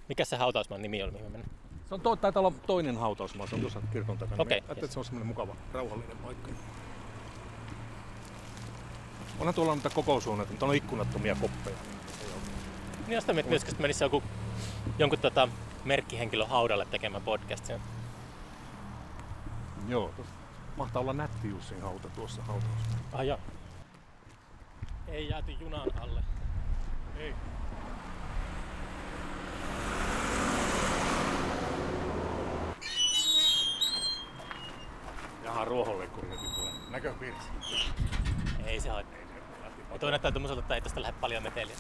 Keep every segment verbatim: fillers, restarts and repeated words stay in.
Mikä se hautausmaan nimi oli, mihin me mennään? Se on to, taitaa olla toinen hautausmaa, se on tuossa kirkon takana. Okei, Ajattelin, yes. että se on semmoinen mukava, rauhallinen paikka. Onhan tuolla niitä kokoushuoneita, mutta on ikkunattomia koppeja. Niin jostain mietin myös, että menisi joku, jonkun tota, merkkihenkilön haudalle tekemään podcastia. Joo, tossa mahtaa olla Nätti Jussin hauta tuossa hautausmaalla. Ah joo. Ei jääty junan alle. Ei. Jaha, ruohonleikkuriakin tulee. Näköpiirissä. Ei se haittaa. Ja toi näyttää tommoselta, että ei tästä lähde paljon meteliä.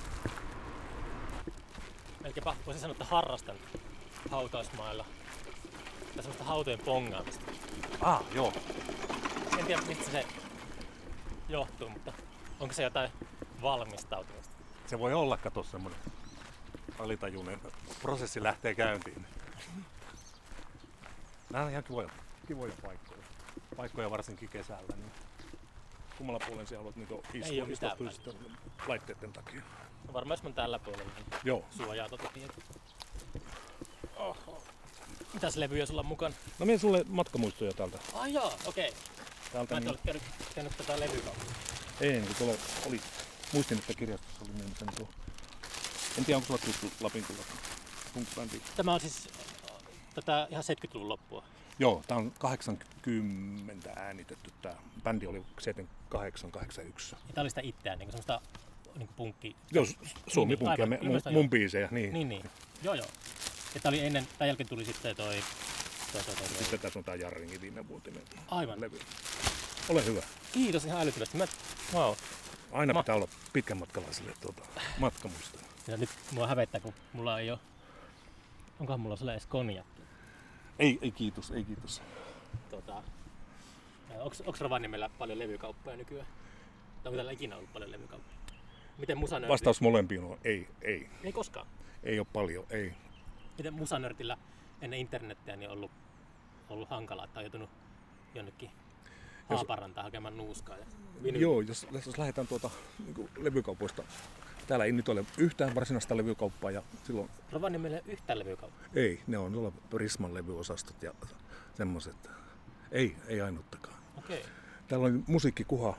Melkeinpä voisin sanoa, että harrastan hautausmailla. Tai semmoista hautojen pongaamista. Ah, joo. En tiedä mistä se johtuu, mutta onko se jotain valmistautumista? Se voi olla, kato, semmoinen alitajuinen prosessi lähtee käyntiin. Nämä on ihan kivoja, kivoja paikkoja. Paikkoja varsinkin kesällä. Niin kummalla puolen siellä haluat niinku istua, istua fyysisten laitteiden takia? No varmaan jos mä tällä puolella, niin joo. Suojaa tota tietä. Oho. Mitäs levyjä sulla on mukana? No menen sulle matkamuistoja täältä. Ah joo, okei. Okay. Täältä mä et niin... ole käynyt, käynyt tätä levykauppaa. Ei, niin tuolla oli, muistin, että kirjastossa oli niin tuo. En tiedä, onko sulla tuttu Lapinkullat punk-bändi? Tämä on siis tätä ihan seitsemänkymmentäluvun loppua. Joo, tää on kahdeksankymmentä äänitetty tää. Bändi oli seitsemänkymmentäkahdeksan kahdeksankymmentäyksi. Ja tää oli sitä itseään, niin semmoista niin punkki. Joo, Suomi-punkkia, niin, mun, mun biisejä, niin. Niin, niin. Joo, joo. Ja tää oli ennen, tämän jälkeen tuli sitten toi... toi, toi, toi, toi. Sitten tässä on tää Jarringin viimevuotinen Aivan. levy. Ole hyvä. Kiitos ihan älyttömästi. Mä... Wow. Aina Ma... pitää olla pitkän matkalaisille tuota, matkamusta. Ja nyt mua hävettää, kun mulla ei oo... Onkohan mulla sulle edes konjakki? Ei, ei kiitos, ei kiitos. Tota... Onks, onks Rovaniemellä paljon levykauppoja nykyään? Tai onko täällä ikinä ollut paljon levykauppoja? Miten musanörti? Vastaus molempiin on ei, ei. Ei koskaan. Ei ole paljon, ei. Miten musanörtillä ennen internettiä niin on ollut, ollut hankalaa, että on joutunut jonnekin Haaparantaan hakemaan nuuskaa ja vinyyliä? Joo, jos, jos lähdetään tuota niin levykaupoista. Täällä ei nyt ole yhtään varsinaista levykauppaa ja silloin... Rovaniemellä ei ole yhtään levykauppaa? Ei, ne on tuolla Prisman levyosastot ja semmoiset. Ei, ei ainuttakaan. Okei. Täällä oli musiikkikuha.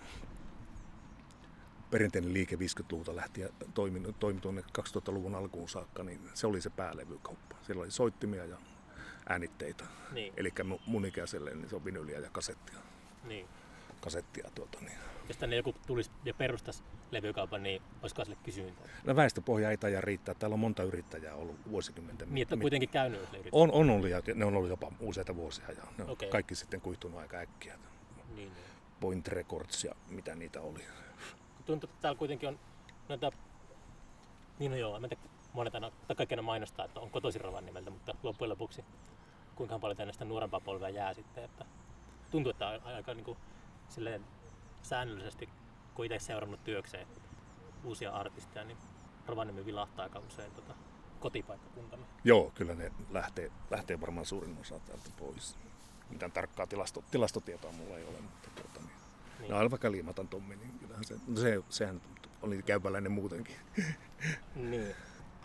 Perinteinen liike viisikymmentäluvulta lähtien toimi, toimi tuonne kaksituhattaluvun alkuun saakka, niin se oli se päälevykauppa. Siellä oli soittimia ja äänitteitä. Niin. Eli mun ikäiselle niin se on vinyliä ja kasettia. Niin. Kasettia tuota niin. Jos tänne joku tulisi ja perustaisi levykaupan, niin olisiko sille kysyntää? No väestöpohja ei taida riittää. Täällä on monta yrittäjää ollut vuosikymmenten. Niin, että on kuitenkin käynyt yrittäjät. On, on ollut ja ne on ollut jopa useita vuosia ja ne on Okei. kaikki sitten kuihtunut aika äkkiä. Niin, niin. Point Records ja mitä niitä oli. Tuntuu, että täällä kuitenkin on näitä... Niin no joo, mä en tiedä, monet aina, tai kaikki aina mainostaa, että on kotoisin Rovaniemeltä, mutta loppujen lopuksi kuinka paljon tänne sitä nuorempaa polvea jää sitten. Että tuntuu, että on aika niin kuin, silleen, säännöllisesti, kun itse seurannut työkseen uusia artisteja, niin Rovaniemi vilahtaa aika usein tota, kotipaikkakuntamme. Joo, kyllä ne lähtee, lähtee varmaan suurin osa täältä pois. Mitään tarkkaa tilasto, tilastotietoa mulla ei ole, mutta tuota, niin. Niin. No, aina vaikka Liimatan Tommi, niin kyllähän se, no se, sehän oli käypäläinen muutenkin. Niin.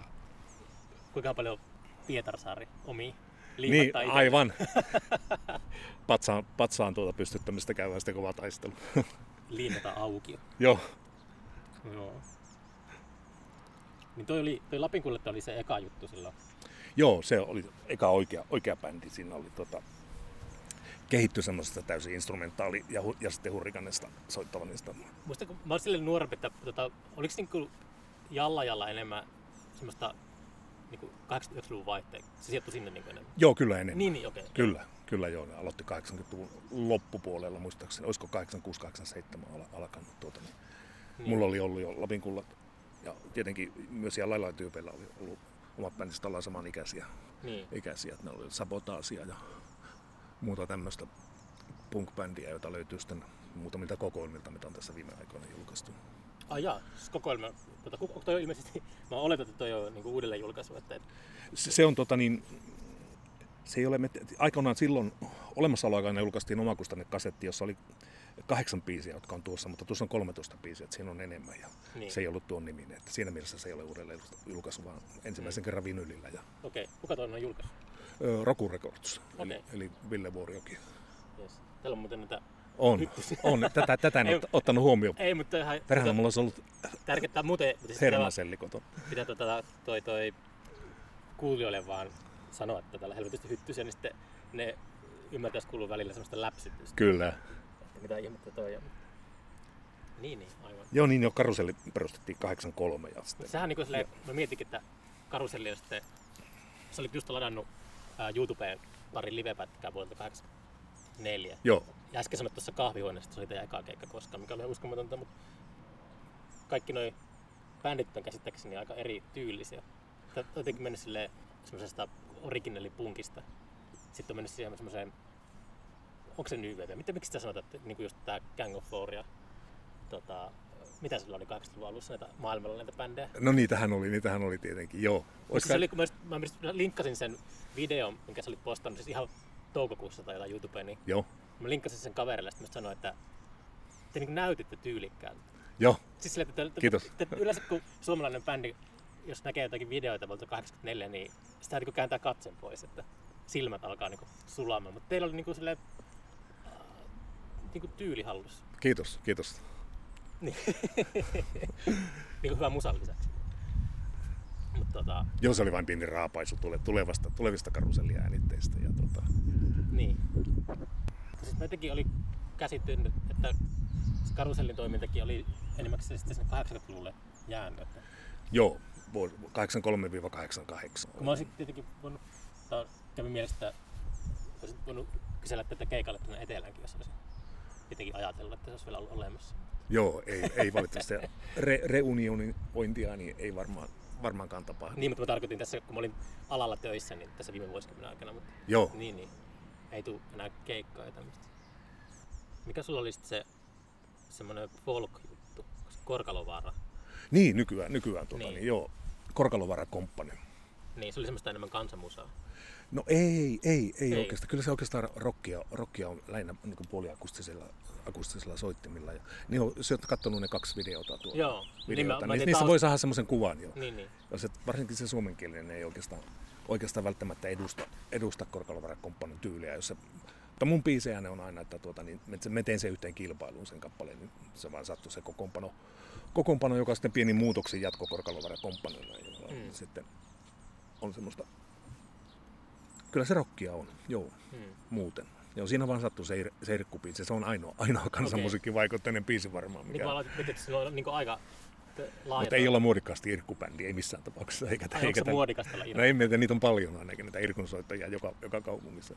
Kuinka paljon Pietarsaari omii Niin, liimattaa itse? aivan. Patsaan, patsaan tuota pystyttämistä käydään sitten kova taistelu. Liimata aukio. Joo. Joo. Niin toi, oli, toi Lapinkullat oli se eka juttu silloin. Joo, se oli eka oikea, oikea bändi. Siinä oli tota, kehitty semmoisesta täysin instrumentaali ja, hu, ja sitten hurrikanesta soittavanista. Muista kun mä olin silleen nuorempi, että tota, oliko niinku Jalla Jalla enemmän semmoista niinku kahdeksankymmentäluvun vaihteen? Se sijoittui sinne niinku enemmän? Joo, kyllä enemmän. Niin, niin okei. Okay. Kyllä, kyllä joo. Ne aloitti kahdeksankymmentäluvun loppupuolella muistaakseni. Olisiko kahdeksankymmentäkuusi kahdeksankymmentäseitsemän al- alkanut tuota. Niin. Niin. Mulla oli ollut jo Lapinkullat ja tietenkin myös siellä Laila-tyypeillä oli ollut omat bändistä ollaan samanikäisiä. Niin. Ikäisiä. Ne oli Sabotaasia ja muuta tämmöistä punk-bändiä, jota löytyy sitten muutamilta kokoelmilta, mitä on tässä viime aikoina julkaistu. Ai jaa, siis kokoelma. Tota, toi on ilmeisesti, mä oletan, että toi on niinku uudelleen julkaisu. Että... Se, se on tota niin, se ei ole, aikoinaan silloin olemassaoloaikana julkaistiin omakustanne kasetti, jossa oli kahdeksan biisiä, jotka on tuossa, mutta tuossa on kolmetoista biisiä, että siinä on enemmän. Ja Niin. se ei ollut tuon niminen. Että siinä mielessä se ei ole uudelleen julkaisu, vaan ensimmäisen Mm. kerran vinylillä. Ja, Okei, okay. Kuka toinen on julkaisu? ö, Roku Records, eli, Okei. eli Ville Vuorijoki. Yes. Täällä on muuten näitä On, hyttysiä. on. Tätä, tätä en Ei, ot, ottanut huomioon. Ei, mutta ihan Perhana mulla olisi ollut tärkeää muuten, mutta siis hermaselli koton. pitää, pitää tota, toi, toi kuulijoille vaan sanoa, että täällä helvetisti hyttysiä, niin sitten ne ymmärtäisi kuulua välillä semmoista läpsytystä. Kyllä. Että mitä ihmettä toi on. Niin, niin, aivan. Joo, niin jo Karuselli perustettiin kahdeksankymmentäkolme. Ja sitten, Sehän niin silleen, mä mietinkin, että Karuselli on sitten, sä olit just ladannut ää, YouTubeen pari livepätkää vuodelta kahdeksankymmentäneljä. joo, Ja äsken sanoit tuossa kahvihuoneessa, että se oli teidän eka keikka koskaan, mikä oli ihan uskomatonta, mutta kaikki noi bändit on käsittääkseni aika eri tyylisiä. Sä oot jotenkin mennyt silleen semmoisesta originellipunkista. Sitten on mennyt siihen semmoiseen, onko se New Wave? Miten, miksi sitä sanotaan, että niin just tää Gang of Four ja tota, mitä sillä oli kahdeksankymmentäluvun alussa näitä maailmalla näitä bändejä? no niitähän oli, niitähän oli tietenkin, joo. Olisiko... Se oli, kun mä, mä linkkasin sen videon, minkä sä olit postannut siis ihan toukokuussa tai jotain YouTubeen, niin Joo, mä linkkasin sen kaverille, ja sanoin, että te niin näytitte tyylikkäältä. joo, Siis sille, että te, Kiitos. Te, te, yleensä kun suomalainen bändi, jos näkee jotakin videoita vuodelta kahdeksankymmentäneljä, niin sitä niin kääntää katsen pois, että silmät alkaa niin sulamaan. Mutta teillä oli niin silleen, äh, niin tyyli hallussa. kiitos, kiitos. Niin. niin hyvä musan lisäksi. Mut, tota, Joo, se oli vain pieni raapaisu tule- tulevasta, tulevista karuselliäänitteistä. Ja tota... niin. Siis mä jotenkin oli käsittynyt, että se karusellin toimintakin oli enimmäkseen sitten sinne kahdeksankymmentäluvulle jäänyt. Että Joo, kahdeksankymmentäkolme kahdeksankymmentäkahdeksan. kun mä olisin tietenkin voinut, tai kävi mielestä, olisin voinut kysellä tätä keikalle tuonne eteläänkin, jos olisin jotenkin ajatellut, että se olisi vielä ollut olemassa. Joo, ei, ei valitettavasti. Re, reuniointia niin ei varmaan, varmaankaan tapahdu. Niin, mutta mä tarkoitin tässä, kun mä olin alalla töissä, niin tässä viime vuosikymmenen aikana, mutta Joo, niin, niin, ei tule enää keikkaa ja tämmöistä. Mikä sulla oli sitten se semmoinen folk-juttu, Korkalovaara? niin nykyään, nykyään tuota, Niin. niin. joo, Korkalovara Company. Niin, se oli semmoista enemmän kansanmusaa. No ei, ei, ei, Ei. oikeastaan. Kyllä se oikeastaan rockia, rockia on lähinnä niin kuin puoliakustisilla akustisilla soittimilla. Ja, niin on, sä oot katsonut ne kaksi videota tuolla. Joo, videota, mä- mä niin, tein niistä taust- voi saada semmoisen kuvan jo. Niin, niin. Ja se, varsinkin se suomenkielinen ei oikeastaan, oikeastaan välttämättä edusta, edusta Korkalovara Companyn tyyliä. Jos se, mutta mun biisejä ne on aina, että tuota, niin me teen sen yhteen kilpailuun sen kappaleen, niin se vaan sattui se kokoonpano, kokoonpano joka sitten pieni muutoksen jatko Korkalovara Companylla. Hmm. Sitten on semmoista, kyllä se rockia on, joo, Hmm. muuten. Joo, siinä vaan sattuu se, ir, se irkkubiisi. Se on ainoa, ainoa kansanmusiikin vaikutteinen biisi varmaan. Niin Mikä... kuin aloitit miettiä, että sillä on niin aika laaja. Mutta ei olla muodikkaasti irkkubändi, ei missään tapauksessa. Eikä, Ai, onko se tämän- muodikasta olla No ei mietitä, niitä on paljon ainakin, niitä irkunsoittajia joka, joka kaupungissa.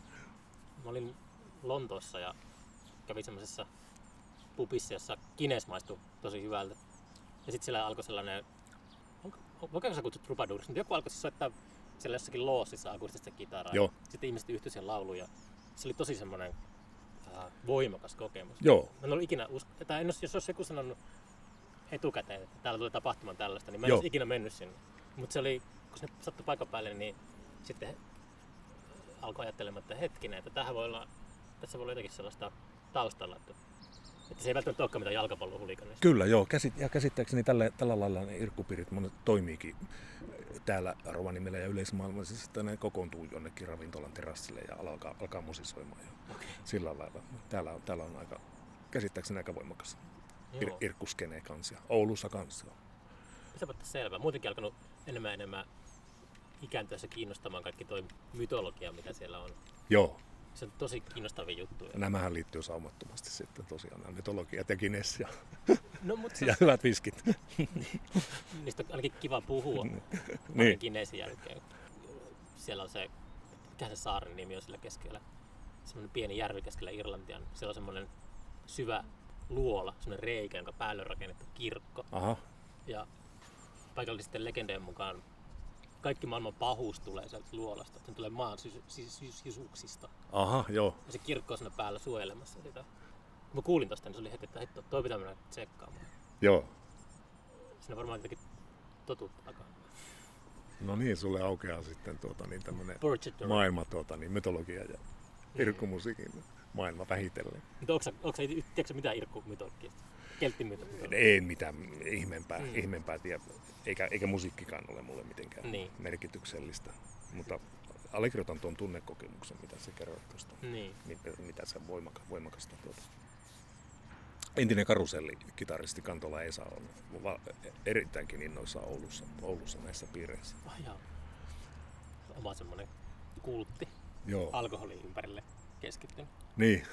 Mä olin Lontoossa ja kävin semmoisessa pubissa, jossa Guinness maistui tosi hyvältä. Ja sitten siellä alkoi sellainen, onko, voiko sä kutsua troubadouriksi, mutta joku alkoi siis soittaa siellä jossakin loossissa akustista kitaraa. Joo. Sitten ihmiset yhtyi siihen lauluun ja se oli tosi semmoinen äh, voimakas kokemus. Joo, Mä en ollut ikinä, usk- tai en olisi, jos olisi joku sanonut etukäteen, että täällä tulee tapahtumaan tällaista, niin mä en Joo. olisi ikinä mennyt sinne. Mutta se oli, kun se sattui paikan päälle, niin sitten he- alkoi ajattelemaan, että hetkinen, että tähän voi olla, tässä voi olla jotakin sellaista taustalla, että, että se ei välttämättä olekaan mitään jalkapallohulikanista. kyllä joo. Käsit, ja käsittääkseni tällä, tällä lailla ne irkkupiirit monet toimiikin täällä Rovaniemellä ja yleismaailmassa, että ne kokoontuu jonnekin ravintolan terassille ja alkaa, alkaa musisoimaan jo Okay. sillä lailla. Täällä, on- täällä on aika, käsittääkseni aika voimakas ir, Joo. irkkuskene kanssa. Oulussa kanssa. Se on selvä. Muutenkin alkanut enemmän ja enemmän ikääntyessä kiinnostamaan kaikki toi mytologia, mitä siellä on. Joo, Se on tosi kiinnostavia juttuja. nämähän liittyy saumattomasti sitten tosiaan nämä mytologiat ja Guinness ja, No, mutta se ja hyvät viskit. niistä on ainakin kiva puhua Niin. niin. Guinnessin jälkeen. Siellä on se, mikä se saaren nimi on sillä keskellä, semmoinen pieni järvi keskellä Irlantia. Siellä on semmoinen syvä luola, semmoinen reikä, jonka päälle on rakennettu kirkko. Aha, Ja paikallisten legendojen mukaan kaikki maailman pahuus tulee sieltä luolasta. Se tulee maan sys- sys- sys- sisuksista. aha, joo. Ja se kirkko on siinä päällä suojelemassa sitä. Kun mä kuulin tosta, niin se oli heti, että hitto, toi pitää mennä tsekkaamaan. Joo. Siinä varmaan jotenkin totuutta takaa. No niin, sulle aukeaa sitten tuota, niin tämmönen Purgatory. maailma, tuota, niin mytologia ja irkkumusiikin maailma vähitellen. Mutta onko, onko, tiedätkö mitään irkkumytologista? Kelttimytologista? Ei mitään ihmeempää, Mm. ihmeempää tiedä. Eikä, eikä musiikkikaan ole mulle mitenkään Niin. merkityksellistä. Mutta allekirjoitan tuon tunnekokemuksen, mitä sä kerroit tuosta. Niin. Mitä, mitä se voimaka, voimakasta tuota. Entinen karusellikitaristi Kantola Esa on va- erittäinkin innoissaan Oulussa, Oulussa näissä piireissä. Ah, jaa. Oma semmoinen kultti Joo. alkoholin ympärille keskittynyt. Niin.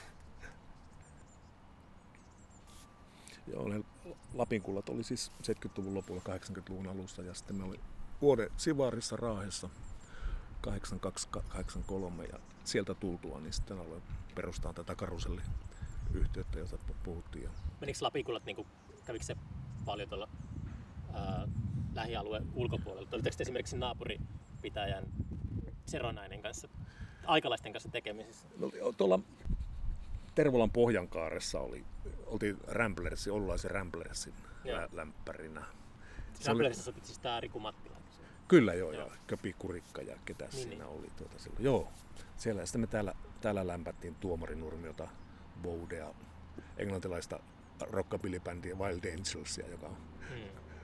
Joo, ne Lapinkullat oli siis seitsemänkymmentäluvun lopulla, kahdeksankymmentäluvun alussa ja sitten me oli vuoden Sivarissa Raahessa kahdeksankymmentäkaksi kahdeksankymmentäkolme ja sieltä tultua niin sitten aloin perustaa tätä karuselliyhtiötä, jota puhuttiin. Ja Menikö Lapinkullat, niin kävikö se paljon tuolla ää, lähialueen ulkopuolella? Olitteko te esimerkiksi naapuripitäjän Seronainen kanssa, aikalaisten kanssa tekemisissä? me oli tuolla Tervolan Pohjankaaressa oli, oltiin Ramblersin, oululaisen Ramblersin Joo. lä- lämpärinä. Se oli- Rampelissa sopit siis tää Riku Mattila. Kyllä joo, Joo. ja Köpi Kurikka ja ketä Niin, siinä niin. oli tuota silloin. Joo, siellä ja sitten me täällä, täällä lämpättiin Tuomarinurmiota, Bowdea, englantilaista rockabilly-bändiä Wild Angelsia, joka on Hmm.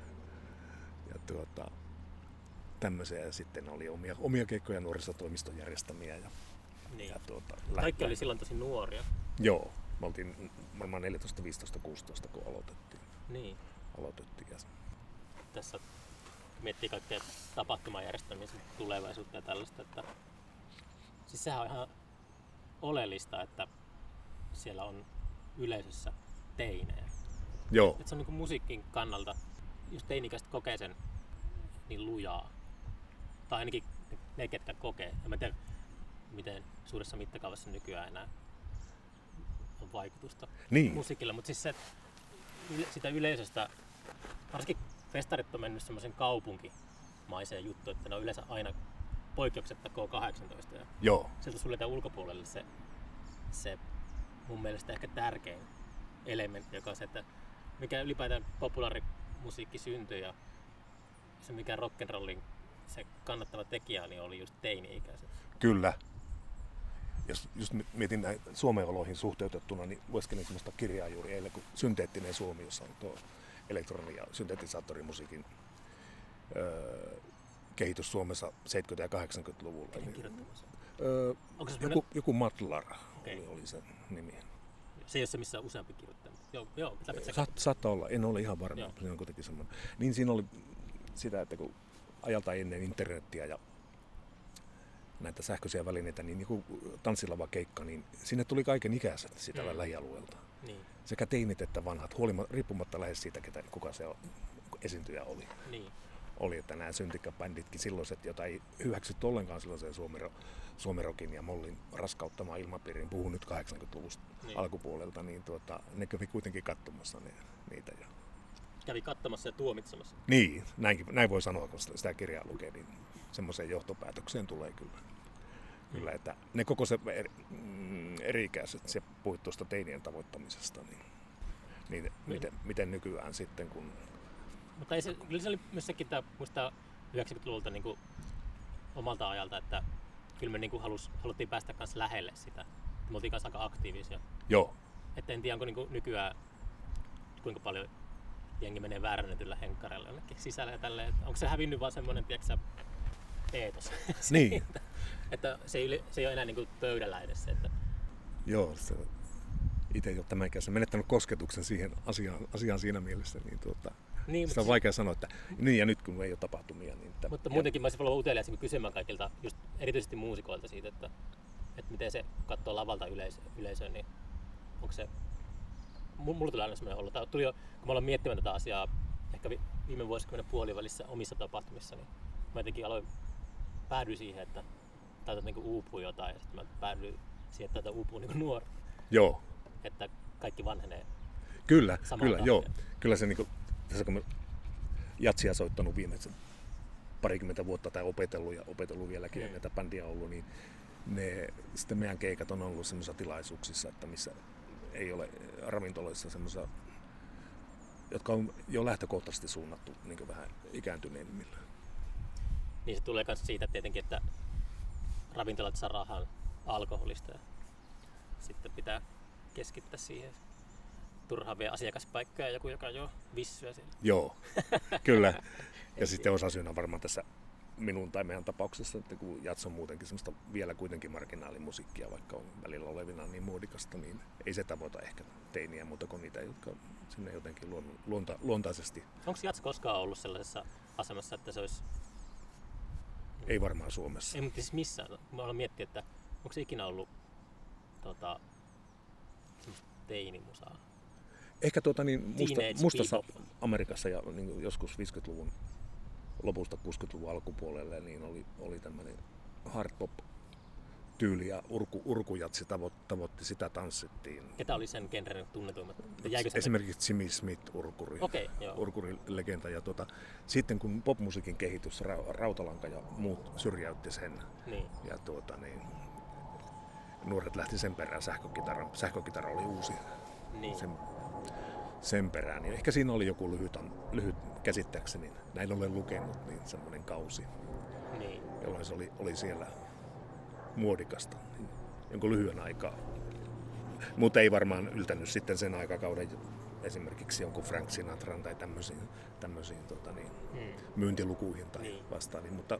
ja tuota, tämmöisiä ja sitten oli omia, omia keikkoja nuorisotoimiston järjestämiä ja, Niin. ja tuota, Kaikki lähtö- oli silloin tosi nuoria. Joo, me oltiin varmaan neljätoista, viisitoista, kuusitoista kun aloitettiin. Niin. aloitettiin ja Tässä miettii kaikkea tapahtumajärjestämisen tulevaisuutta ja tällaista, että siis sehän on ihan oleellista, että siellä on yleisössä teinejä. Joo, Että se on niin musiikin kannalta, jos teinikäiset kokee sen niin lujaa, tai ainakin ne, ketkä kokee. En mä tiedä, miten suuressa mittakaavassa nykyään enää on vaikutusta niin, musiikilla, mutta siis se, yle- sitä yleisöstä, varsinkin festarit on mennyt semmoisen kaupunkimaiseen juttuun, että ne on yleensä aina poikkeuksetta K kahdeksantoista ja joo, sieltä suljetaan ulkopuolelle se, se mun mielestä ehkä tärkein elementti, joka on se, että mikä ylipäätään populaarimusiikki syntyi ja se mikä rock'n'rollin se kannattava tekijä niin oli just teini-ikäiset. kyllä. Jos, jos mietin näin Suomen oloihin suhteutettuna, niin lueskelin sellaista kirjaa juuri eilen, kun Synteettinen Suomi, jossa on tuo elektroni- ja syntetisaattorimusiikin öö, kehitys Suomessa seitsemänkymmentä- ja kahdeksankymmentäluvulla. Kenen Niin, kirjoittamassa? öö, Onko se joku, semmoinen, joku Matlar Okei. oli, oli sen nimi. se ei ole se missä on useampi kirjoittaja. Joo, joo, pitää tsekata. Saat, saattaa olla, en ole ihan varma, Joo. mutta siinä on kuitenkin semmoinen. Niin siinä oli sitä, että kun ajalta ennen internettiä ja näitä sähköisiä välineitä, niin joku tanssilava keikka, niin sinne tuli kaiken ikäiset sitä Mm. lähialueelta. Niin, Sekä teinit että vanhat, huolima, riippumatta lähes siitä, ketä, kuka se esiintyjä oli. niin. Oli, että nämä syntikkäbänditkin silloiset, joita ei hyväksytty ollenkaan silloiseen suomero, suomerokin ja mollin raskauttamaan ilmapiiriin, puhun nyt kahdeksankymmentäluvusta Niin. alkupuolelta, niin tuota, ne kävi kuitenkin katsomassa ne, niitä. Ja Kävi katsomassa ja tuomitsemassa. niin, näinkin, näin voi sanoa, kun sitä sitä kirjaa lukee, niin semmoiseen johtopäätökseen tulee kyllä. Kyllä, että ne koko se eri, mm, eri-ikäiset, se puhuit tuosta teinien tavoittamisesta, niin, niin miten, miten nykyään sitten, kun Mutta ei se, kyllä se oli myös sekin, että muistaa yhdeksänkymmentäluvulta niin kuin omalta ajalta, että kyllä me niin kuin halus, haluttiin päästä kanssa lähelle sitä. Me oltiin kanssa aika aktiivisia. joo, Että en tiedä, onko niin kuin nykyään kuinka paljon jengi menee väärännetyllä henkkareilla jonnekin sisällä ja tälleen. Että onko se hävinnyt vaan semmoinen, tiedätkö eetos? niin, Että se ei, yli- se ei ole enää niin kuin pöydällä edes. Että, joo, se, itse jo tämän ikäisen menettänyt kosketuksen siihen asiaan, asiaan siinä mielessä, niin tuota, niin, sitä on mutta, vaikea sanoa, että niin ja nyt kun ei ole tapahtumia, niin että, mutta ja, muutenkin mä olisin olla utelias niin kysymään kaikilta, just erityisesti muusikoilta siitä, että, että miten se katsoo lavalta yleisö, yleisöön, niin onko se, mu- mulla tuli aina semmoinen olo, tai tuli jo, kun mä aloin miettimään tätä asiaa ehkä vi- viime vuosikymmenen puolivälissä omissa tapahtumissa, niin mä jotenkin aloin, päädyin siihen, että täältä niin uupuu jotain, ja sitten mä päädyin siihen, että täältä uupuu niin nuori, joo, että kaikki vanhenee. kyllä, Samaan kyllä, tahtiin. joo, kyllä se niinku, tässä kun mä jatsia soittanut viimeisen parikymmentä vuotta tai opetellut ja opetellut vieläkin ja Mm. näitä bändiä ollut, niin ne, sitten meidän keikat on ollut semmoisissa tilaisuuksissa, että missä ei ole ravintoloissa semmoisia, jotka on jo lähtökohtaisesti suunnattu niin vähän ikääntyneemmille. Niin se tulee myös siitä tietenkin, että ravintolat saa rahan alkoholista ja sitten pitää keskittää siihen turhaan vie asiakaspaikkaa ja joku, joka juo vissyä siellä. Joo, kyllä. Ja sitten osasyynä varmaan tässä minun tai meidän tapauksessa, että kun Jats on muutenkin semmoista vielä kuitenkin marginaalimusiikkia, vaikka on välillä olevina niin muodikasta, niin ei se tavoita ehkä teiniä muuta kuin niitä, jotka sinne jotenkin luonta, luontaisesti. Onko Jats koskaan ollut sellaisessa asemassa, että se olisi... Ei varmaan Suomessa. Ei, mutta siis missään. Mä olen miettinyt, että onko se ikinä ollut tota, semmoista teinimusaa? Ehkä tuota, niin musta, mustassa people. Amerikassa ja niin joskus viisikymmentäluvun lopusta kuusikymmentäluvun alkupuolelle niin oli, oli tämmöinen hard pop tyyli ja urku, urkujatsi tavo, tavoitti, sitä tanssittiin. Ketä oli sen genren tunnetuimmat? Esimerkiksi Jimmy Smith, urkuri, okay, urkurilegenda. Ja tuota, sitten kun popmusiikin kehitys, ra, Rautalanka ja muut syrjäytti sen, niin. ja tuota, niin, nuoret lähti sen perään, sähkökitara, sähkökitara oli uusi niin. sen, sen perään. Ja ehkä siinä oli joku lyhyt, lyhyt käsittääkseni, näin olen lukenut, niin semmoinen kausi, niin. jolloin se oli, oli siellä muodikasta jonkun lyhyen aikaa. Mutta ei varmaan yltänyt sitten sen aikakauden esimerkiksi jonkun Frank Sinatran tai tämmöisiin, tämmöisiin tota niin, hmm. myyntilukuihin tai niin. vastaaviin. Mutta...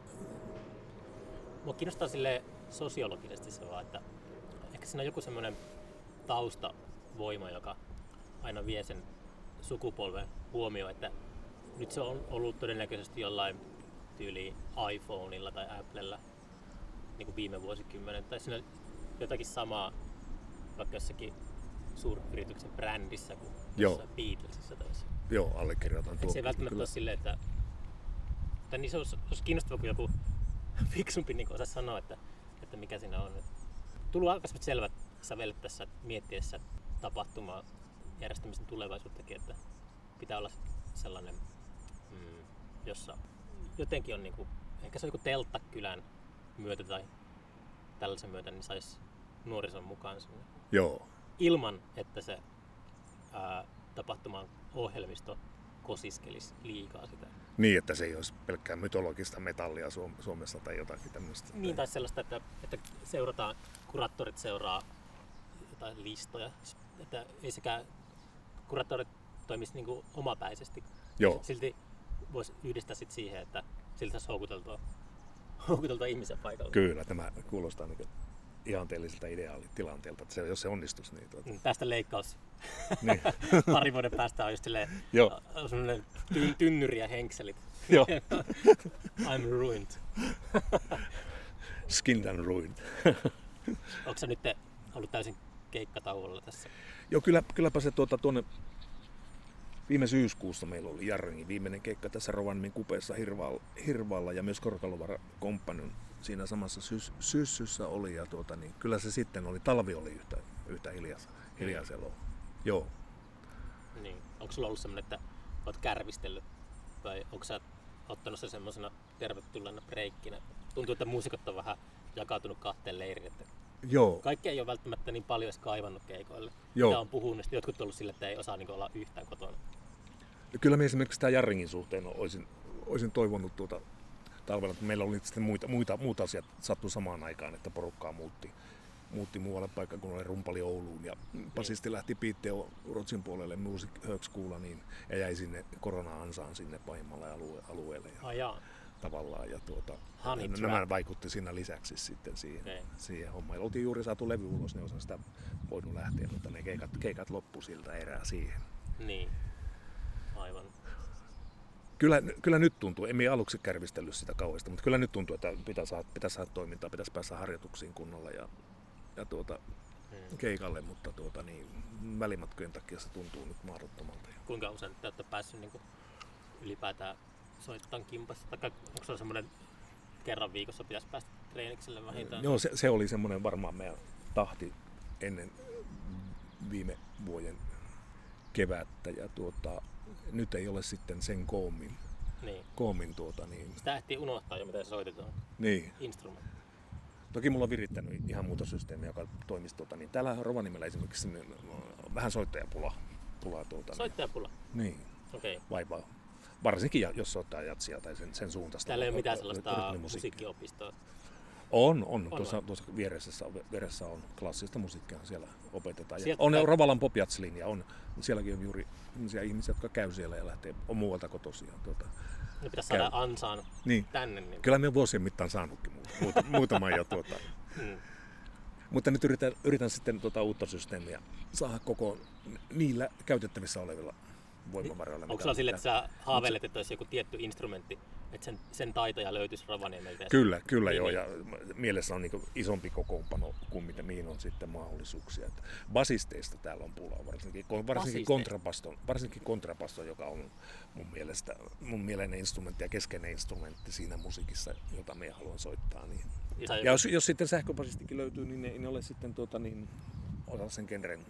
Mua kiinnostaa silleen sosiologisesti se vaan, että ehkä siinä on joku semmoinen taustavoima, joka aina vie sen sukupolven huomioon, että nyt se on ollut todennäköisesti jollain tyyliin iPhoneilla tai Applella niin kuin viime vuosikymmenen, tai siinä jotakin samaa vaikka jossakin suuryrityksen brändissä kuin jossain Beatlesissa tai jossain. Joo, allekirjoitan tuo. Se ei välttämättä ole silleen, että, että niin se olisi, olisi kiinnostavaa, kun joku fiksumpi niin osaa sanoa, että, että mikä siinä on. Tullut aika selvät sävelet tässä miettiessä tapahtumaa järjestämisen tulevaisuuttakin, että pitää olla sellainen, mm, jossa jotenkin on, niin kuin, ehkä se on joku telttakylän myötä tai tällaisen myötä, niin saisi nuorison mukaan sinne. Joo. Ilman, että se ää, tapahtuman ohjelmisto kosiskelisi liikaa sitä. Niin, että se ei olisi pelkkää mytologista metallia Suomessa tai jotakin tämmöistä. Niin, tai sellaista, että, että seurataan, kuraattorit seuraa jotain listoja, että ei sekään kuraattorit toimisi niin kuin omapäisesti. Joo. Silti voisi yhdistää sit siihen, että siltä saisi houkuteltua, houkuteltua ihmisiä paikalle. Kyllä, tämä kuulostaa niin ihanteelliselta ideaalitilanteelta, että se, jos se onnistuisi. Niin tuota... Tästä leikkaus. Niin. Pari vuoden päästä on just silleen sellainen ty- tynnyri ja henkselit. Joo. I'm ruined. Skinned and ruined. Onko sä nyt ollut täysin keikkatauolla tässä? Joo, kyllä, kylläpä se tuota, tuonne viime syyskuussa meillä oli Jarringin viimeinen keikka tässä Rovaniemen kupeessa Hirvaalla, Hirvaalla ja myös Korkalovara Company siinä samassa sys, syssyssä oli. Ja tuota, niin kyllä se sitten oli, talvi oli yhtä, yhtä hiljais, hiljaiseloa. Joo. Niin. Onko sulla ollut semmoinen, että olet kärvistellyt vai onko sä ottanut sen semmoisena tervetulleena breikkinä? Tuntuu, että muusikot on vähän jakautunut kahteen leiriin. Että Joo. kaikki ei ole välttämättä niin paljon edes kaivannut keikoille. Joo. Mitä on puhunut, niin jotkut on ollut sille, että ei osaa niin olla yhtään kotona. Kyllä me esimerkiksi tämän Jarringin suhteen olisin, olisin toivonut tuota talvella, että meillä oli sitten muita, muita, muita asiat sattu samaan aikaan, että porukkaa muutti, muutti muualle paikkakunnalle, rumpali Ouluun ja basisti lähti Piitteo Ruotsin puolelle Music Högskola niin, ja jäi sinne korona-ansaan sinne pahimmalle alue, alueelle. Ja, ah, tavallaan ja tuota, Honey nämä trap. vaikutti siinä lisäksi sitten siihen, okay. siihen hommaan. Ja oltiin juuri saatu levy ulos, niin osa sitä voinut lähteä, mutta ne keikat, keikat loppu siltä erää siihen. Niin, aivan. Kyllä, kyllä nyt tuntuu, emme aluksi kärvistellyt sitä kauheasti, mutta kyllä nyt tuntuu, että pitäisi saada, pitäisi saada toimintaa, pitäisi päästä harjoituksiin kunnolla ja, ja tuota, hmm. keikalle, mutta tuota, niin, välimatkojen takia se tuntuu nyt mahdottomalta. Kuinka usein te olette päässyt niin kuin ylipäätään soittamaan kimpassa? Tai onko se semmoinen kerran viikossa pitäisi päästä treenikselle vähintään? Joo, se, se oli semmoinen varmaan meidän tahti ennen viime vuoden kevättä ja tuota, nyt ei ole sitten sen koommin. Niin. koommin tuota, niin... Sitä ehtii unohtaa jo, miten soitetaan. Niin. Instrumentti. Toki mulla on virittänyt ihan muuta systeemiä, joka toimisi tuota, niin täällä Rovaniemellä esimerkiksi niin, vähän soittajapula. Pula, tuota, Soittajapula? Niin. Okei. Okay. Vaivaa. Varsinkin jos soittaa jatsia tai sen, sen suuntaista. Täällä ei ole mitään sellaista musiikkiopistoa? On, on. On Tuossa, vai? tuossa vieressä, vieressä on klassista musiikkia, siellä opetetaan. Ja Sieltä on käy- Rovalan Popjats-linja, on. Sielläkin on juuri sellaisia ihmisiä, jotka käy siellä ja lähtee on muualta kotoisin. Tuota. Ne pitäisi Käy. saada ansaan Niin. tänne. Niin. Kyllä me vuosien mittaan saanutkin muuta, muutaman jo tuota. Mm. Mutta nyt yritän, yritän sitten tuota uutta systeemiä saada koko niillä käytettävissä olevilla voimavaroilla. Onko sulla sille, että sä haaveilet, että olisi joku tietty instrumentti, että sen, sen taitoja löytyisi Rovaniemeltä? Kyllä, kyllä niin, joo. niin. Ja mielessä on niin isompi kokoonpano kuin mitä, mihin on sitten mahdollisuuksia. Että basisteista täällä on pulaa, varsinkin, varsinkin, kontrabaston, varsinkin kontrabaston, joka on mun mielestä mun mieleinen instrumentti ja keskeinen instrumentti siinä musiikissa, jota me haluan soittaa. Niin. Ja, ja jos, jos sitten sähköbasistikin löytyy, niin ne ei ole sitten tuota, niin, osa sen genren,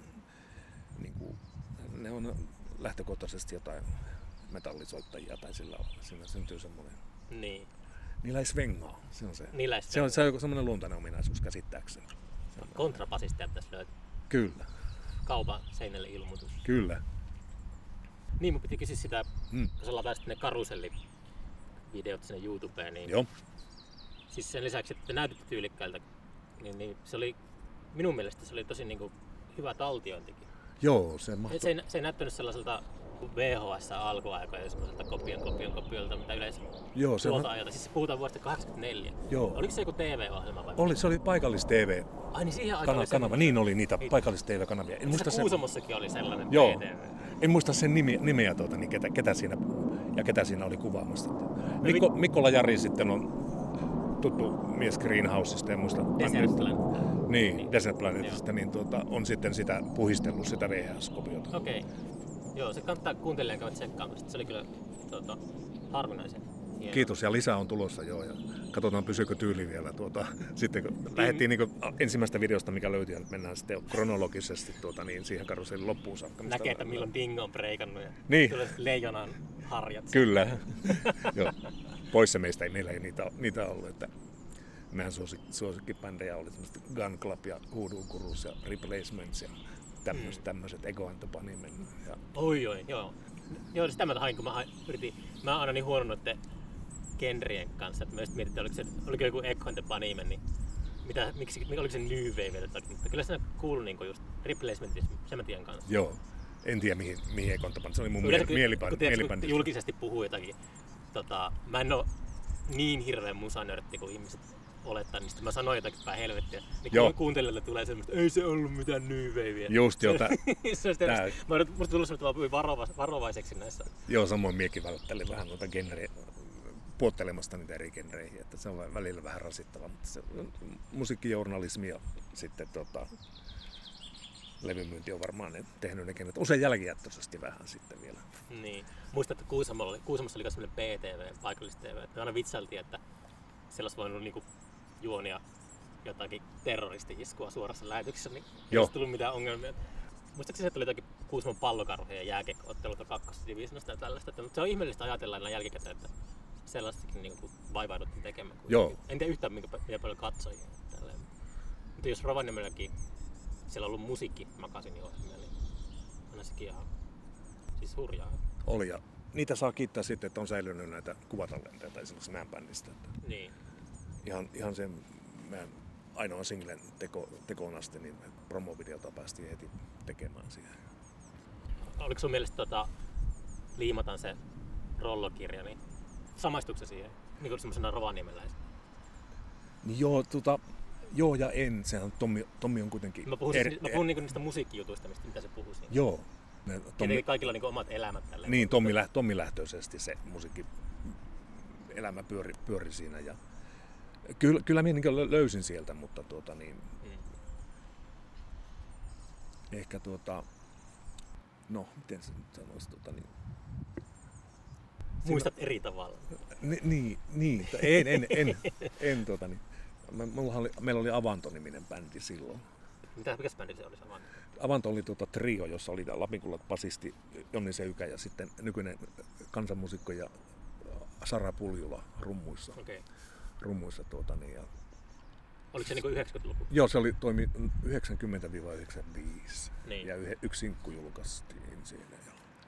niin kuin, ne on lähtökohtaisesti jotain metallisoittajia tai sillä lailla. Siinä syntyy semmoinen. Niin. Niillä ei svengaa. Se on se. Niillä ei se on, se on joku semmoinen luontainen ominaisuus käsittääkseni. Kontrabasistia pitäisi löytää. Kyllä, Kaupan seinälle ilmoitus. kyllä. Niin, mun piti kysyä sitä, Mm. kun sä lataat ne karusellivideot sinne YouTubeen, niin Joo, siis sen lisäksi, että te näytitte tyylikkäiltä, niin, niin se oli, minun mielestä se oli tosi niin kuin hyvä taltiointikin. joo, se Se, mahtuu. se, ei, se ei näyttänyt sellaiselta V H S alkuaikoja, semmoiselta kopion kopion kopiolta, mitä yleensä Joo, se tuolta on, ajalta. Siis puhutaan vuodesta kahdeksankymmentäneljä. joo. Oliko se joku T V-ohjelma vai? Oli, se oli paikallis-T V Ai niin siihen aikaan kana, oli se- kanava. Niin oli niitä Niin. paikallis-T V-kanavia. En muista Se sen, Kuusamossakin oli sellainen Joo. P T V. en muista sen nimi, nimeä, tuota, niin ketä, ketä siinä ja ketä siinä oli kuvaamassa. Mikko, Mikkola Jari sitten on tuttu mies Greenhouseista ja muista. Desert Planet. Niin, Niin. Desert Planetista, niin tuota, on sitten sitä puhistellut sitä V H S-kopiota. Okei. Okay. Joo, se kannattaa kuuntelijan käydä tsekkaamassa. Se oli kyllä tuota, harvinaisen hieno. Kiitos, ja lisää on tulossa joo, ja katsotaan pysyykö tyyli vielä. Tuota, sitten kun lähdettiin niin ensimmäistä videosta, mikä löytyi, ja menään sitten kronologisesti tuota, niin siihen karusellin loppuun saakka. mistä- Näkee, että milloin Dingo on breikannut ja Niin. tulee leijonan harjat. Kyllä, joo. Pois se meistä ei, meillä ei niitä, niitä ollut. Että meidän suosik, suosikkibändejä oli semmoista Gun Club ja Hoodoo Gurus ja Replacements ja tämmöiset, mm. tämmöiset Ego and the Bunnymen. Ja Oi oi, joo. Joo, sitä mä hain, kun mä hain, yritin, mä oon aina niin huono noitten genrien kanssa, että mä just mietin, että oliko, se, oliko joku Echo and the Bunnymen, niin mitä, miksi, oliko se New Wave jotakin, mutta kyllä siinä kuului niinku just Replacementis, sen mä tiedän kanssa. joo, en tiedä mihin, mihin Ego and the Bunny. Se oli mun Yleensä mieli- kun- mielipä- kun, tiedätkö, kun mielibändi. julkisesti puhuu jotakin, tota, mä en oo niin hirveän musanörtti kuin ihmiset olettaa, niin sitten mä sanoin jotakin päin helvettiä. Niin Joo. kun kuuntelijoille tulee semmoista, ei se ollut mitään New Wavea. Just jo, tä, se on tää- sitä, mä oon musta tullut semmoista, että mä varovais, varovaiseksi näissä. joo, samoin miekin välttelin vähän noita genreä, puottelemasta niitä eri genreihin, että se on välillä vähän rasittava, mutta se musiikkijournalismi ja sitten tota, levymyynti on varmaan ne tehnyt ne genet, usein jälkijättöisesti vähän sitten vielä. Niin. Muistan, että Kuusamossa oli, Kuusamossa oli myös semmoinen P T V, paikallista T V. Me aina vitsailtiin, että siellä olisi voinut niinku juonia jotakin terroristi-iskua suorassa lähetyksessä, niin ei Joo. olisi tullut mitään ongelmia. Muistaakseni se tuli jotakin Kuusamon pallokarhuja ja jääkiekko-otteluita kakkosdivisioonasta ja tällaista. Että, mutta se on ihmeellistä ajatella aina jälkikäteen, että sellaistakin niin kuin vaivauduttiin tekemään. Joo. En tiedä yhtään, minkä, mitä paljon katsojia. Tälleen. Mutta jos Rovaniemelläkin siellä on ollut musiikkimagasin-ohjelmia, niin on sekin ihan siis hurjaa. Oli ja niitä saa kiittää sitten, että on säilynyt näitä kuvatallenteita esimerkiksi meidän bändistä. Että Niin. ihan, ihan sen meidän ainoan singlen teko, tekoon asti, niin promovideota päästiin heti tekemään siihen. Oliko sun mielestä tota, liimataan se rollokirja, niin samaistuiko se siihen niin kuin semmoisena rovaniemeläisenä? Niin joo, tota, joo ja en. Sehän Tommi, Tommi on kuitenkin... Mä puhun, eri- siis, mä puhun niinku niistä musiikkijutuista, mistä mitä se puhuu siinä. Joo. Ne, Tommi, Tietenkin kaikilla on niinku omat elämät tälleen. niin, Tommi, lä, Tommi lähtöisesti se musiikki elämä pyöri, pyöri siinä. Ja kyllä, kyllä minä niin löysin sieltä, mutta tuota, niin, Mm. ehkä tuota... No, miten se nyt sanoisi? Tuota, niin, Muistat eri tavalla. Ni, niin, niin, en, en, en, en tuota, niin. Mulla oli, meillä oli Avanto-niminen bändi silloin. Mitä, mikäs bändi se oli sama? Avanto oli tuota trio, jossa oli Lapinkullat basisti Jonni Seykä ja sitten nykyinen kansanmuusikko ja Sara Puljula rummuissa. Okei. Okay. rummuissa tuota, niin, ja, Oliko se niinku yhdeksänkymmentäluku? joo, se oli toimi yhdeksänkymmentä yhdeksänkymmentäviisi Niin. ja yhe, yksi sinkku julkaistiin siinä. Ja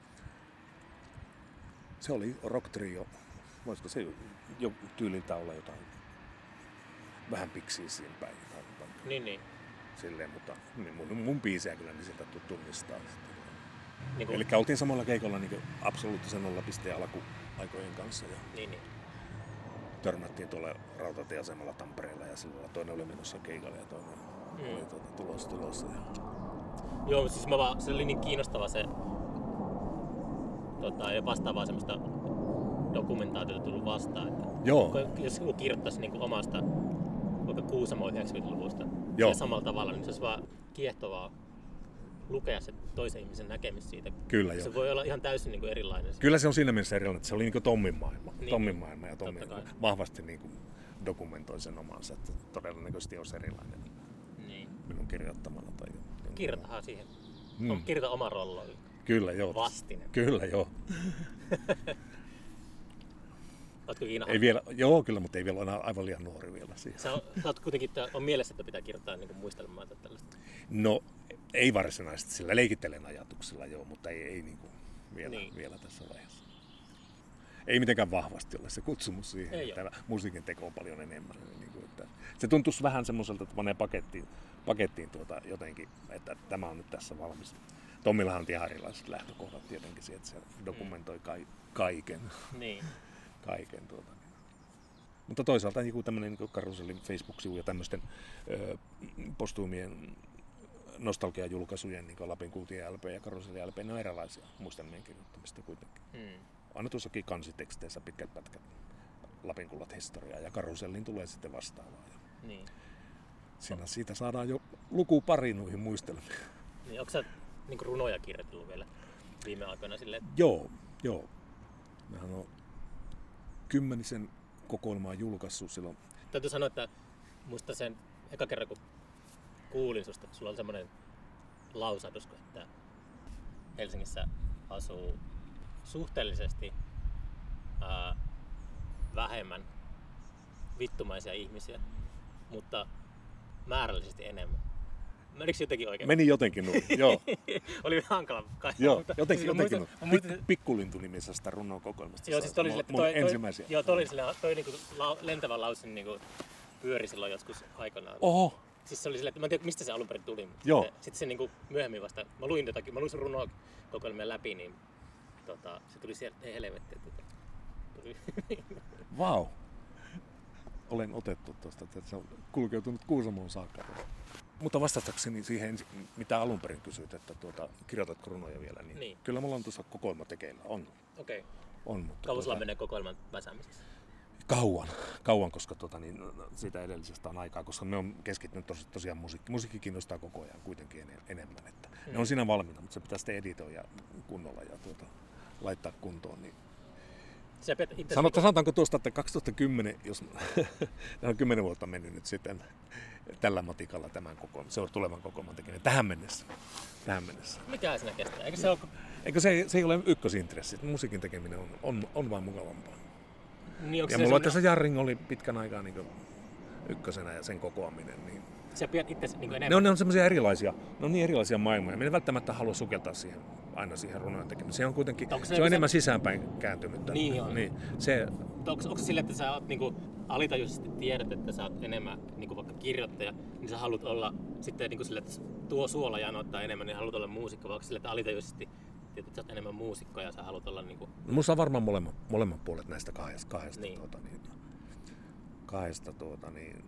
se oli rock trio. Voisiko se jo tyyliltä olla jotain vähän piksiisiin päin. Niin, niin. Silleen, mutta mun, mun biisejä kyllä niin sieltä tunnistaa. Niin Eli oltiin samalla keikolla niin absoluuttisen nollapisteen alkuaikojen kanssa. Ja niin, niin. törmättiin tuolla rautatieasemalla Tampereella ja silloin toinen oli menossa keikalle ja toinen mm. oli tuota, tulossa tulossa. Ja... Joo, siis mä vaan, se oli niin kiinnostava se tota, ja vastaavaa semmoista dokumentaatiota tullut vastaan. Että Joo. Jos joku kirjoittaisi niin kuin omasta vaikka Kuusamo yhdeksänkymmentäluvusta samalla tavalla, niin se olisi vaan kiehtovaa lukea se toisen ihmisen näkemys siitä. Kyllä, se jo. voi olla ihan täysin niin kuin erilainen. Kyllä se on siinä mielessä erilainen, että se oli niin kuin Tommin maailma. Niin. Tommin maailma ja Tommi vahvasti niin kuin dokumentoi sen omansa, että todennäköisesti olisi erilainen niin. minun kirjoittamana. Tai kirjoitahan siihen. Mm. Kirjoita oma rollo. Kyllä, joo. Vastine. Kyllä, joo. Oletko Iina? Ei vielä, joo, kyllä, mutta ei vielä ole aivan liian nuori vielä siihen. Sä, sä oot kuitenkin, on mielessä, että pitää kirjoittaa niin muistelmaa tai tällaista. No, ei varsinaisesti sillä leikittelen ajatuksella, joo, mutta ei, ei niin kuin vielä, niin. vielä tässä vaiheessa. Ei mitenkään vahvasti ole se kutsumus siihen, ei että musiikin teko on paljon enemmän. Niin kuin, että se tuntuisi vähän semmoiselta, että panee pakettiin, pakettiin tuota jotenkin, että tämä on nyt tässä valmis. Tommillahan on ihan erilaiset lähtökohdat tietenkin siihen, että se dokumentoi ka- kaiken. Niin. kaiken tuota. Mutta toisaalta joku tämmöinen niin Karusellin Facebook-sivu ja tämmöisten ö, postuumien nostalgiajulkaisujen, niin kuin Lapin kultien L P ja Karusellin L P, ne on erilaisia muistelmien kirjoittamista kuitenkin. Hmm. Aina tuossakin kansiteksteissä pitkät pätkät Lapin kullat historiaa ja Karusellin tulee sitten vastaavaa. Niin. Siinä siitä saadaan jo luku pari noihin muistelmiin. Niin, onko sä niin kuin runoja kirjoitellut vielä viime aikoina silleen? Joo, joo. Mähän on kymmenisen kokoelmaa julkaissut silloin. Täytyy sanoa, että muista sen eka kerran kun kuulin susta, että sulla on semmoinen lausahdus, että Helsingissä asuu suhteellisesti ää, vähemmän vittumaisia ihmisiä, mutta määrällisesti enemmän. Menikö jotenkin oikein? Meni jotenkin noin, joo. Oli hankala kai. Joo, mutta, jotenkin, siis jotenkin muistan, noin. muistan, Pik, Pikkulintu-nimisestä runnon kokoelmasta. Joo, siis toi oli sille, että toi, toi, ensimmäisiä. Joo, toi oli sille, toi niinku la, lentävä lause niinku pyöri silloin joskus aikanaan. Oho. Siis se oli silleen, että mä en tiedä mistä se alun perin tuli, mutta joo. sitten, sitten se niinku myöhemmin vasta, mä luin jotakin, mä luin sun runoa kokoelmia läpi, niin tota, se tuli sieltä, ei helvetti, että tuli. Vau. Wow. Olen otettu tuosta, että se on kulkeutunut Kuusamoon saakka. Mutta vastatakseni siihen, mitä alun perin kysyit, että tuota, kirjoitatko runoja vielä, niin, niin. Kyllä mulla on tuossa kokoelma tekeillä, on. Okei. Okay. On, mutta kauan tuota, sulla menee kokoelman väsäämisessä? Kauan, kauan, koska tuota, niin, siitä edellisestä on aikaa, koska me on keskittynyt tos, tosiaan musiikki. Musiikki kiinnostaa koko ajan kuitenkin en, enemmän. Että hmm. Ne on siinä valmiina, mutta se pitää sitten editoida kunnolla ja tuota, laittaa kuntoon. Niin Sanot, sanotaanko tuosta, että kaksituhattakymmenen, jos on kymmenen vuotta mennyt nyt sitten tällä matikalla tämän kokoelman, se on tulevan kokoelman tekeminen tähän mennessä. Tähän mennessä. Mikä siinä kestää? Eikö se, ole... Eikö se, se ei ole ykkösintressi, musiikin tekeminen on, on, on vaan mukavampaa. Niin, ja mulla tässä Jarring oli pitkän aikaa niin ykkösenä ja sen kokoaminen. Niin sä pidät itse niin enemmän? Ne on, ne on semmoisia erilaisia, ne on niin erilaisia maailmoja. Minä en välttämättä halua sukeltaa siihen, aina siihen runojen tekemiseen. Se on kuitenkin, onko se, se on enemmän se... sisäänpäin kääntynyttä. Niin on. Niin, se... onko, onko se sille, että sä oot niinku alitajuisesti tiedät, että sä oot enemmän niinku vaikka kirjoittaja, niin sä haluat olla sitten niinku sille, että tuo suola janoittaa enemmän, niin haluat olla muusikko, vai onko sille, että alitajuisesti tiedät, että sä oot enemmän muusikko ja sä haluat olla niinku... No, musta on varmaan molemmat, molemmat puolet näistä kahdesta, kahdesta, niin. tuota, niin, kahdesta tuota, niin,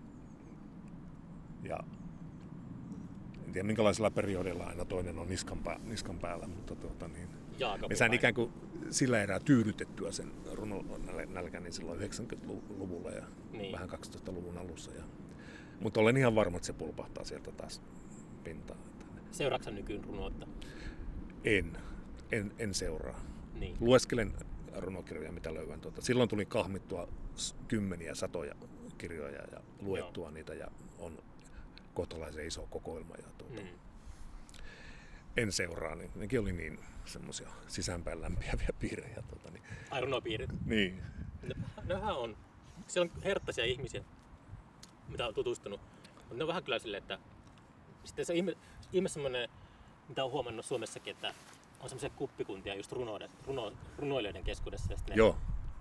ja en tiedä minkälaisella periodilla aina toinen on niskan, pää, niskan päällä, mutta tuota, niin, me sain ikään kuin sillä erää tyydytettyä sen runonälkäni silloin yhdeksänkymmentäluvulla ja niin. Vähän kaksituhattaluvun alussa. Ja, mutta olen ihan varma, että se pulpahtaa sieltä taas pintaan. Seuraatko nykyyn runoutta? En, en, en seuraa. Niin. Lueskelen runokirjoja, mitä löydän. Tuota. Silloin tuli kahmittua kymmeniä, satoja kirjoja ja luettua Joo. niitä ja on kohtalaisen iso kokoelma. Ja tuota, mm. En seuraa, niin nekin oli niin semmoisia sisäänpäin lämpiäviä piirejä. Tuota, niin. Ai runopiirit? Niin. No, nehän on. Siellä on herttaisia ihmisiä, mitä on tutustunut. Mutta ne on vähän kyllä silleen, että sitten se ihme, ihme semmoinen, mitä on huomannut Suomessakin, että on semmoisia kuppikuntia just runoiden, runo, runoilijoiden keskuudessa. Ja Joo.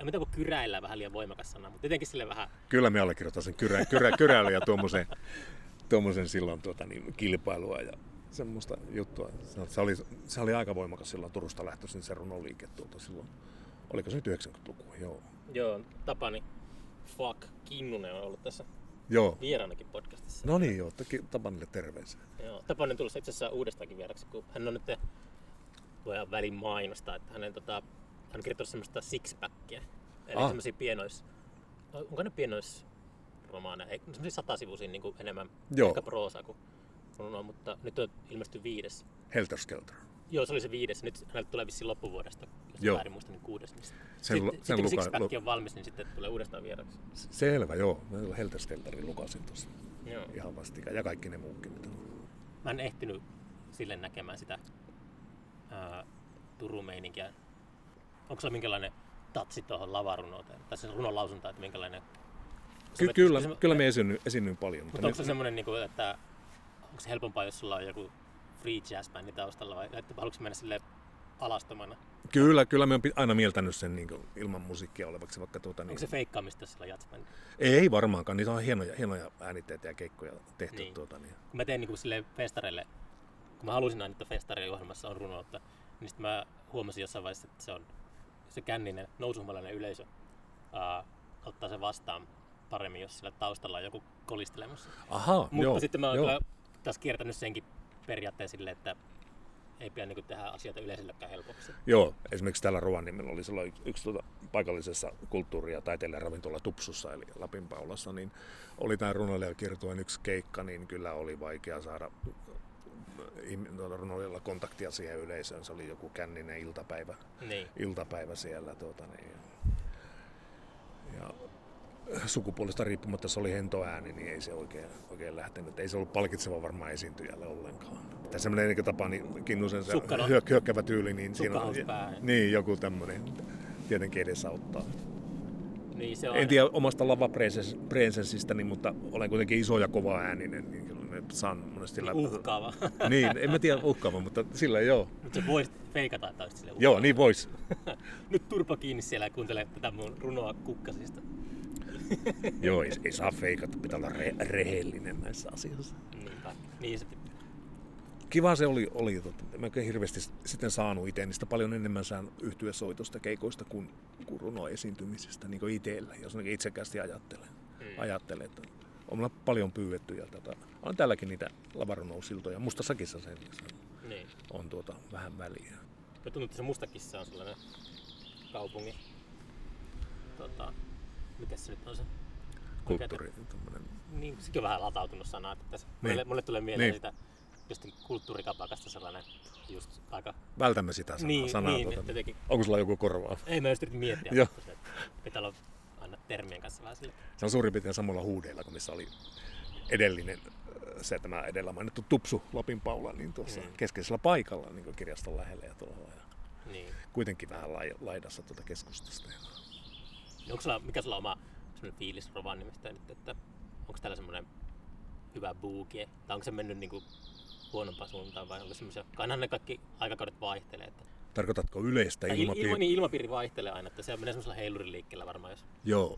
en mitä kun kyräillä vähän liian voimakas sana, mutta jotenkin sille vähän... Kyllä me allekirjoitan sen kyrä, kyrä, kyräily ja tuommoisen, tuommoisen silloin tuota, niin, kilpailua ja semmoista juttua. Se oli, se oli aika voimakas silloin Turusta lähtöisin se runoliike tuolta silloin. Oliko se nyt yhdeksänkymmentälukua? Joo. Joo, Tapani Fuck Kinnunen on ollut tässä Joo. vieraanakin podcastissa. No niin joo, Tapanille terveisiä. Joo, Tapani on tullut itse asiassa uudestaankin vieraksi, kun hän on nyt, voidaan välin mainostaa, että hänen, tota, hän on kirjoittanut semmoista sixpackia. Eli ah. semmosia pienois, onko ne pienoisromaaneja? Ei, semmosia satasivuisia niin kuin enemmän joo. ehkä proosaa kuin runoa, mutta nyt on ilmestynyt viides. Helter Skelter. Joo, se oli se viides. Nyt hänelle tulee vissiin loppuvuodesta, jos joo. väärin muista, niin kuudes. Sen, sen, sitten, sen sitten kun luka, sixpack lu... on valmis, niin sitten tulee uudestaan vieraksi. Selvä, joo. Mä Helter Skelterin lukasin tuossa. Joo. Ihan vastikään. Ja kaikki ne muukin. Mitä on. Mä en ehtinyt sille näkemään sitä ää, Turun meininkiä. Onko se minkälainen tatsi tuohon lavarunouteen? Tai se runon lausunta, että minkälainen... Ky- met, kyllä, se, kyllä me esiinnyin, esiinnyin paljon. Mutta, mutta onko se semmoinen, niin kuin, että onko se helpompaa, jos sulla on joku free jazz bändi taustalla vai että haluatko mennä sille alastomana? Kyllä, kyllä me on aina mieltänyt sen niin kuin, ilman musiikkia olevaksi. Vaikka, tuota, onko niin... se feikkaamista sillä jazzbändi? Ei varmaankaan, niitä on hienoja, hienoja äänitteitä ja keikkoja tehty. Niin. Tuota, niin. Kun mä tein niin kuin, silleen festareille, kun mä halusin aina, että festareille ohjelmassa on runoutta, niin sitten mä huomasin jossain vaiheessa, että se on se känninen, nousuhumalainen yleisö ää, ottaa sen vastaan paremmin, jos sillä taustalla on joku kolistelemassa. Aha, mutta joo, sitten mä oon joo. kyllä taas kiertänyt senkin periaatteen silleen, että ei pidä niin tehdä asioita yleisöllekään helpoksi. Joo, esimerkiksi täällä Rovaniemellä oli silloin yksi, yksi tuota, paikallisessa kulttuuri- ja taiteilijaravintola Tupsussa, eli Lapinpaulassa, niin oli tämä runoilijakiertueen yksi keikka, niin kyllä oli vaikea saada tuota, runoilijalla kontaktia siihen yleisöön. Se oli joku känninen iltapäivä, niin. iltapäivä siellä. Tuota, niin. Ja sukupuolesta riippumatta se oli hento ääni, niin ei se oikein, oikein lähtenyt. Ei se ollut palkitseva varmaan esiintyjälle ollenkaan. Tai semmoinen niin tapa, niin Kinnusen se hyök, hyökkävä tyyli, niin siinä on niin, joku tämmöinen tietenkin edesauttaa. Niin, se on. En tiedä omasta lavapresenssistäni, mutta olen kuitenkin iso ja kova ääninen, niin kyllä me saan monesti niin läpi. Uhkaava. Niin, en mä tiedä uhkaava, mutta sillä joo. Mutta se voisi feikata, että olisi silleen joo, niin vois. Nyt turpa kiinni siellä ja kuuntele tätä mun runoa kukkasista. Joo, ei, ei saa feikata, pitää olla re- rehellinen näissä asioissa. Niinpä, niin se pitää. Kiva se oli, oli tota, mä en hirveästi sitten saanut itse, niistä paljon enemmän saan yhtyesoitosta keikoista kuin, kuin runoesiintymisestä niin kuin itsellä, jos itsekästi ajattelen. Hmm. ajattelen että on mulla paljon pyydetty ja tota, on täälläkin niitä lavarunousiltoja. Mustasakissa sen niin. On tuota, vähän väliä. Mä tuntuu, että se Mustakissa on sellainen kaupungin, tota, mikäs se nyt on se? Kulttuuri. Niin, sekin on vähän latautunut sana. Että tässä, niin. mulle, mulle tulee mieleen niin. sitä jostakin kulttuurikapakasta sellainen just aika... Vältämme sitä sanaa. Niin, sanaa niin, tuota. jotenkin... Onko sulla joku korvaa? Ei, mä just yritin miettiä, mutta se, pitää olla aina termien kanssa vähän sille. Se on suurin piirtein samalla huudeilla, kun missä oli edellinen, se tämä edellä mainittu Tupsu Lapinpaula, niin tuossa mm. keskeisellä paikalla niin kirjaston lähellä ja tuolla. Ja niin. Kuitenkin vähän laidassa tuota keskustasta. Onko sulla, mikä sulla on oma semmoinen fiilis Rovaniemistä nyt, että onko täällä semmoinen hyvä buukie, tai onko se mennyt niinku huonompaan suuntaan vai onko semmoisia, ainahan ne kaikki aikakaudet vaihtelee. Että... Tarkoitatko yleistä ilmapiiriä? Ilma, niin, ilmapiiri vaihtelee aina, että se menee semmoisella heilurin liikkeellä varmaan jos... Joo.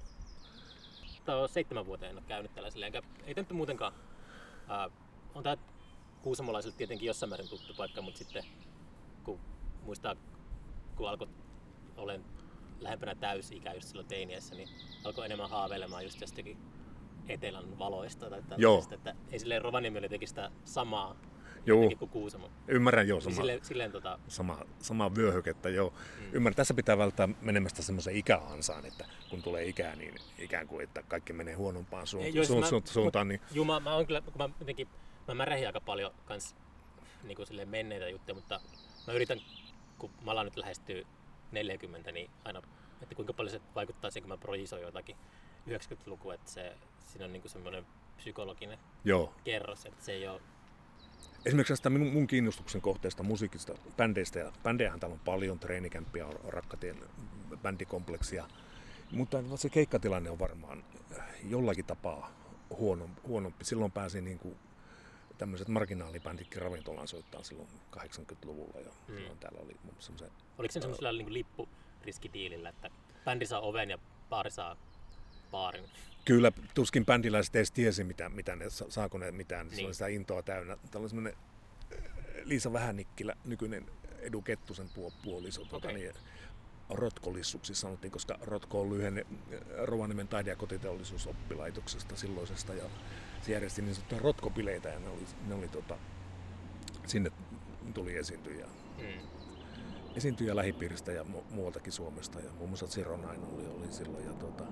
Tää on seitsemän vuoteen en ole käynyt täällä silleen, ei tämä muutenkaan, äh, on tää kuusamolaisille tietenkin jossain määrin tuttu paikka, mutta sitten kun muistaa, kun alkoi olen lähempänä täysi-ikä just silloin teiniässä, niin alkoi enemmän haaveilemaan just jostakin etelän valoista tai tällaista, että ei silleen Rovaniemi oli teki sitä samaa kuin Kuusamo. Ymmärrän, joo, sama, niin silleen, silleen, tota... sama, sama vyöhykettä, joo. Mm. Ymmärrän, tässä pitää välttää menemästä semmoisen ikäansaan, että kun tulee ikää, niin ikään kuin, että kaikki menee huonompaan suun, ei, suun, mä, suun, suuntaan. Niin... Juu, mä, mä oon kyllä, kun mä jotenkin, mä märähin aika paljon kans niin kuin silleen menneitä juttuja, mutta mä yritän, kun mä alan nyt lähestyy neljäkymmentä, niin aina, että kuinka paljon se vaikuttaa siihen, kun mä projisoin jotakin yhdeksänkymmentälukua, että se, siinä on niin kuin semmoinen psykologinen joo. kerros, että se ei ole... Esimerkiksi tästä minun, mun kiinnostuksen kohteesta musiikista, bändeistä, ja bändejähän täällä on paljon, treenikämppiä, Rakkatien bändikompleksia, mutta se keikkatilanne on varmaan jollakin tapaa huonompi. huonompi. Silloin pääsi niin kuin tämmöiset marginaalibänditkin ravintolaan soittaa silloin kahdeksankymmentäluvulla ja mm. täällä oli semmoisen... Oliko se semmoisella niin kuin lippuriskidiilillä, että bändi saa oven ja baari saa baarin. Kyllä, tuskin bändiläiset edes tiesi, mitä, mitä ne, saako ne mitään. Se Niin. oli sitä intoa täynnä. Tämä oli semmoinen Liisa Vähänikkilä, nykyinen Edu Kettusen puoliso. Tuota, Okei. niin, Rotkolissuksi sanottiin, koska Rotko on lyhenne Rovaniemen taide- ja kotiteollisuusoppilaitoksesta silloisesta. Ja se järjesti niin sanottuja Rotkopileitä ja ne oli, ne oli tota, sinne tuli esiintyjä. Mm. Esiintyjä lähipiiristä ja mu- muualtakin Suomesta. Ja muun muassa Tsironainen oli, oli silloin. Ja tuota,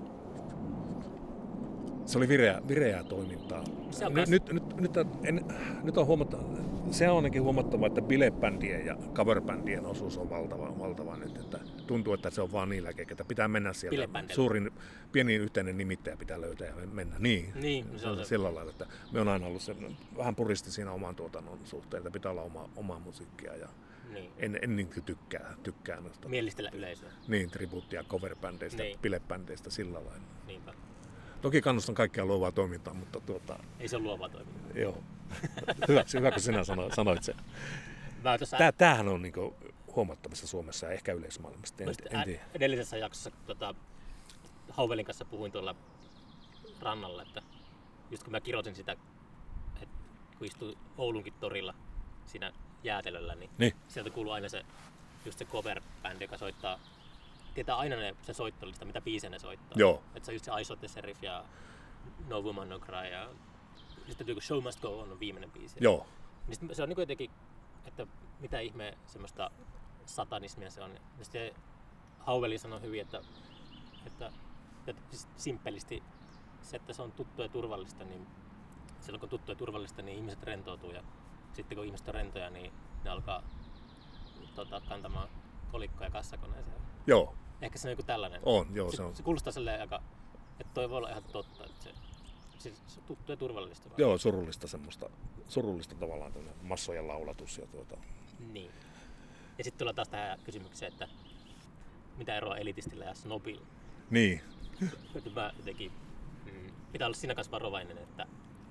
se oli vireä, vireää toimintaa. Se on Nyt, kas- nyt, nyt, nyt, en, nyt on huomattava, se on ainakin huomattava, että bilebändien ja coverbändien osuus on valtava, valtava nyt. Että tuntuu, että se on vaan niillä keikillä. Pitää mennä sieltä. Bilebändillä. Suurin, pieni yhteinen nimittäjä pitää löytää ja mennä. Niin, Niin, se on se. sillä lailla, että me on aina ollut se, vähän puristi siinä oman tuotannon suhteen, että pitää olla oma, omaa musiikkia. Ja Niin. en, en niin kuin tykkää, tykkää noista. Mielistellä yleisöä. Niin, tribuutti- ja coverbändeistä, Niin. bilebändeistä sillä lailla. Niinpä. Toki kannustan kaikkia luovaa toimintaa, mutta tuota, Ei se ole luovaa toimintaa. joo. hyvä, hyvä, kun sinä sanoit, sanoit sen. Mä tuossa Tää, tämähän on niinku huomattavissa Suomessa ja ehkä yleismaailmassa. En, Muista, en ä- tiedä. edellisessä jaksossa tota, Hauvelin kanssa puhuin tuolla rannalla, että just kun mä kirjoitin sitä, että kun istuu Oulunkin torilla siinä jäätelöllä, niin, Niin. sieltä kuuluu aina se, just se cover-bändi, joka soittaa, tietää aina ne, se soittolista, mitä biisejä ne soittaa. Joo. Että se on just se I Shot the Sheriff ja No Woman No Cry ja sitten kun Show Must Go On on viimeinen biisi. Joo, Niin sit se on niin jotenkin, että mitä ihmeä semmoista satanismia se on. Ja sitten Hauveli sanoi hyvin, että, että, että siis simppelisti se, että se on tuttua ja turvallista, niin silloin kun on tuttua ja turvallista, niin ihmiset rentoutuu. Ja sitten kun ihmiset on rentoja, niin ne alkaa tota, kantamaan kolikkoja kassakoneeseen. joo, Ehkä se on joku tällainen. on, joo, se on. Se kuulostaa silleen aika, että toi voi olla ihan totta. Että se, siis se on tuttua ja turvallista. vaan. Joo, surullista semmoista, surullista tavallaan tämmöinen massojen laulatus ja tuota. Niin. Ja sitten tullaan taas tähän kysymykseen, että mitä eroa elitistillä ja snobilla. Niin, Että mä jotenkin, mm, pitää olla siinä kanssa varovainen, että,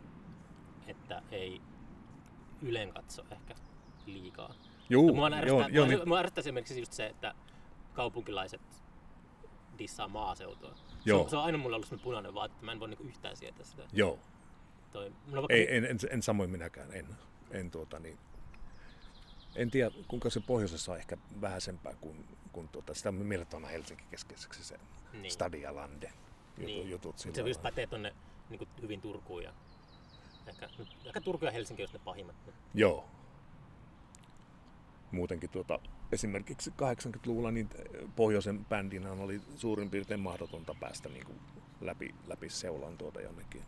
että ei ylen katso ehkä liikaa. juu, Mua joo, ärsyttää, joo, mua, niin, mua ärsyttää esimerkiksi just se, että kaupunkilaiset dissaa maaseutua. Se Joo. on, se on aina mulle ollut semmoinen punainen vaate, että mä en voi niinku yhtään sietää sitä. joo. Toi, no vaikka, Ei, en, en, en samoin minäkään, en, en tuota niin. En tiedä, kuinka se pohjoisessa on ehkä vähäisempää kuin, kuin tuota, sitä mielletään Helsinki keskeiseksi se Niin. Stadia Lande jutut, Niin. jutut Mut sillä se just lailla. pätee tonne niin hyvin Turkuun ja ehkä, ehkä Turku ja Helsinki olisi ne pahimmat. Joo. Muutenkin tuota, esimerkiksi kahdeksankymmentäluvulla niin pohjoisen bändinä oli suurin piirtein mahdotonta päästä niin kuin läpi, läpi seulan tuota jonnekin.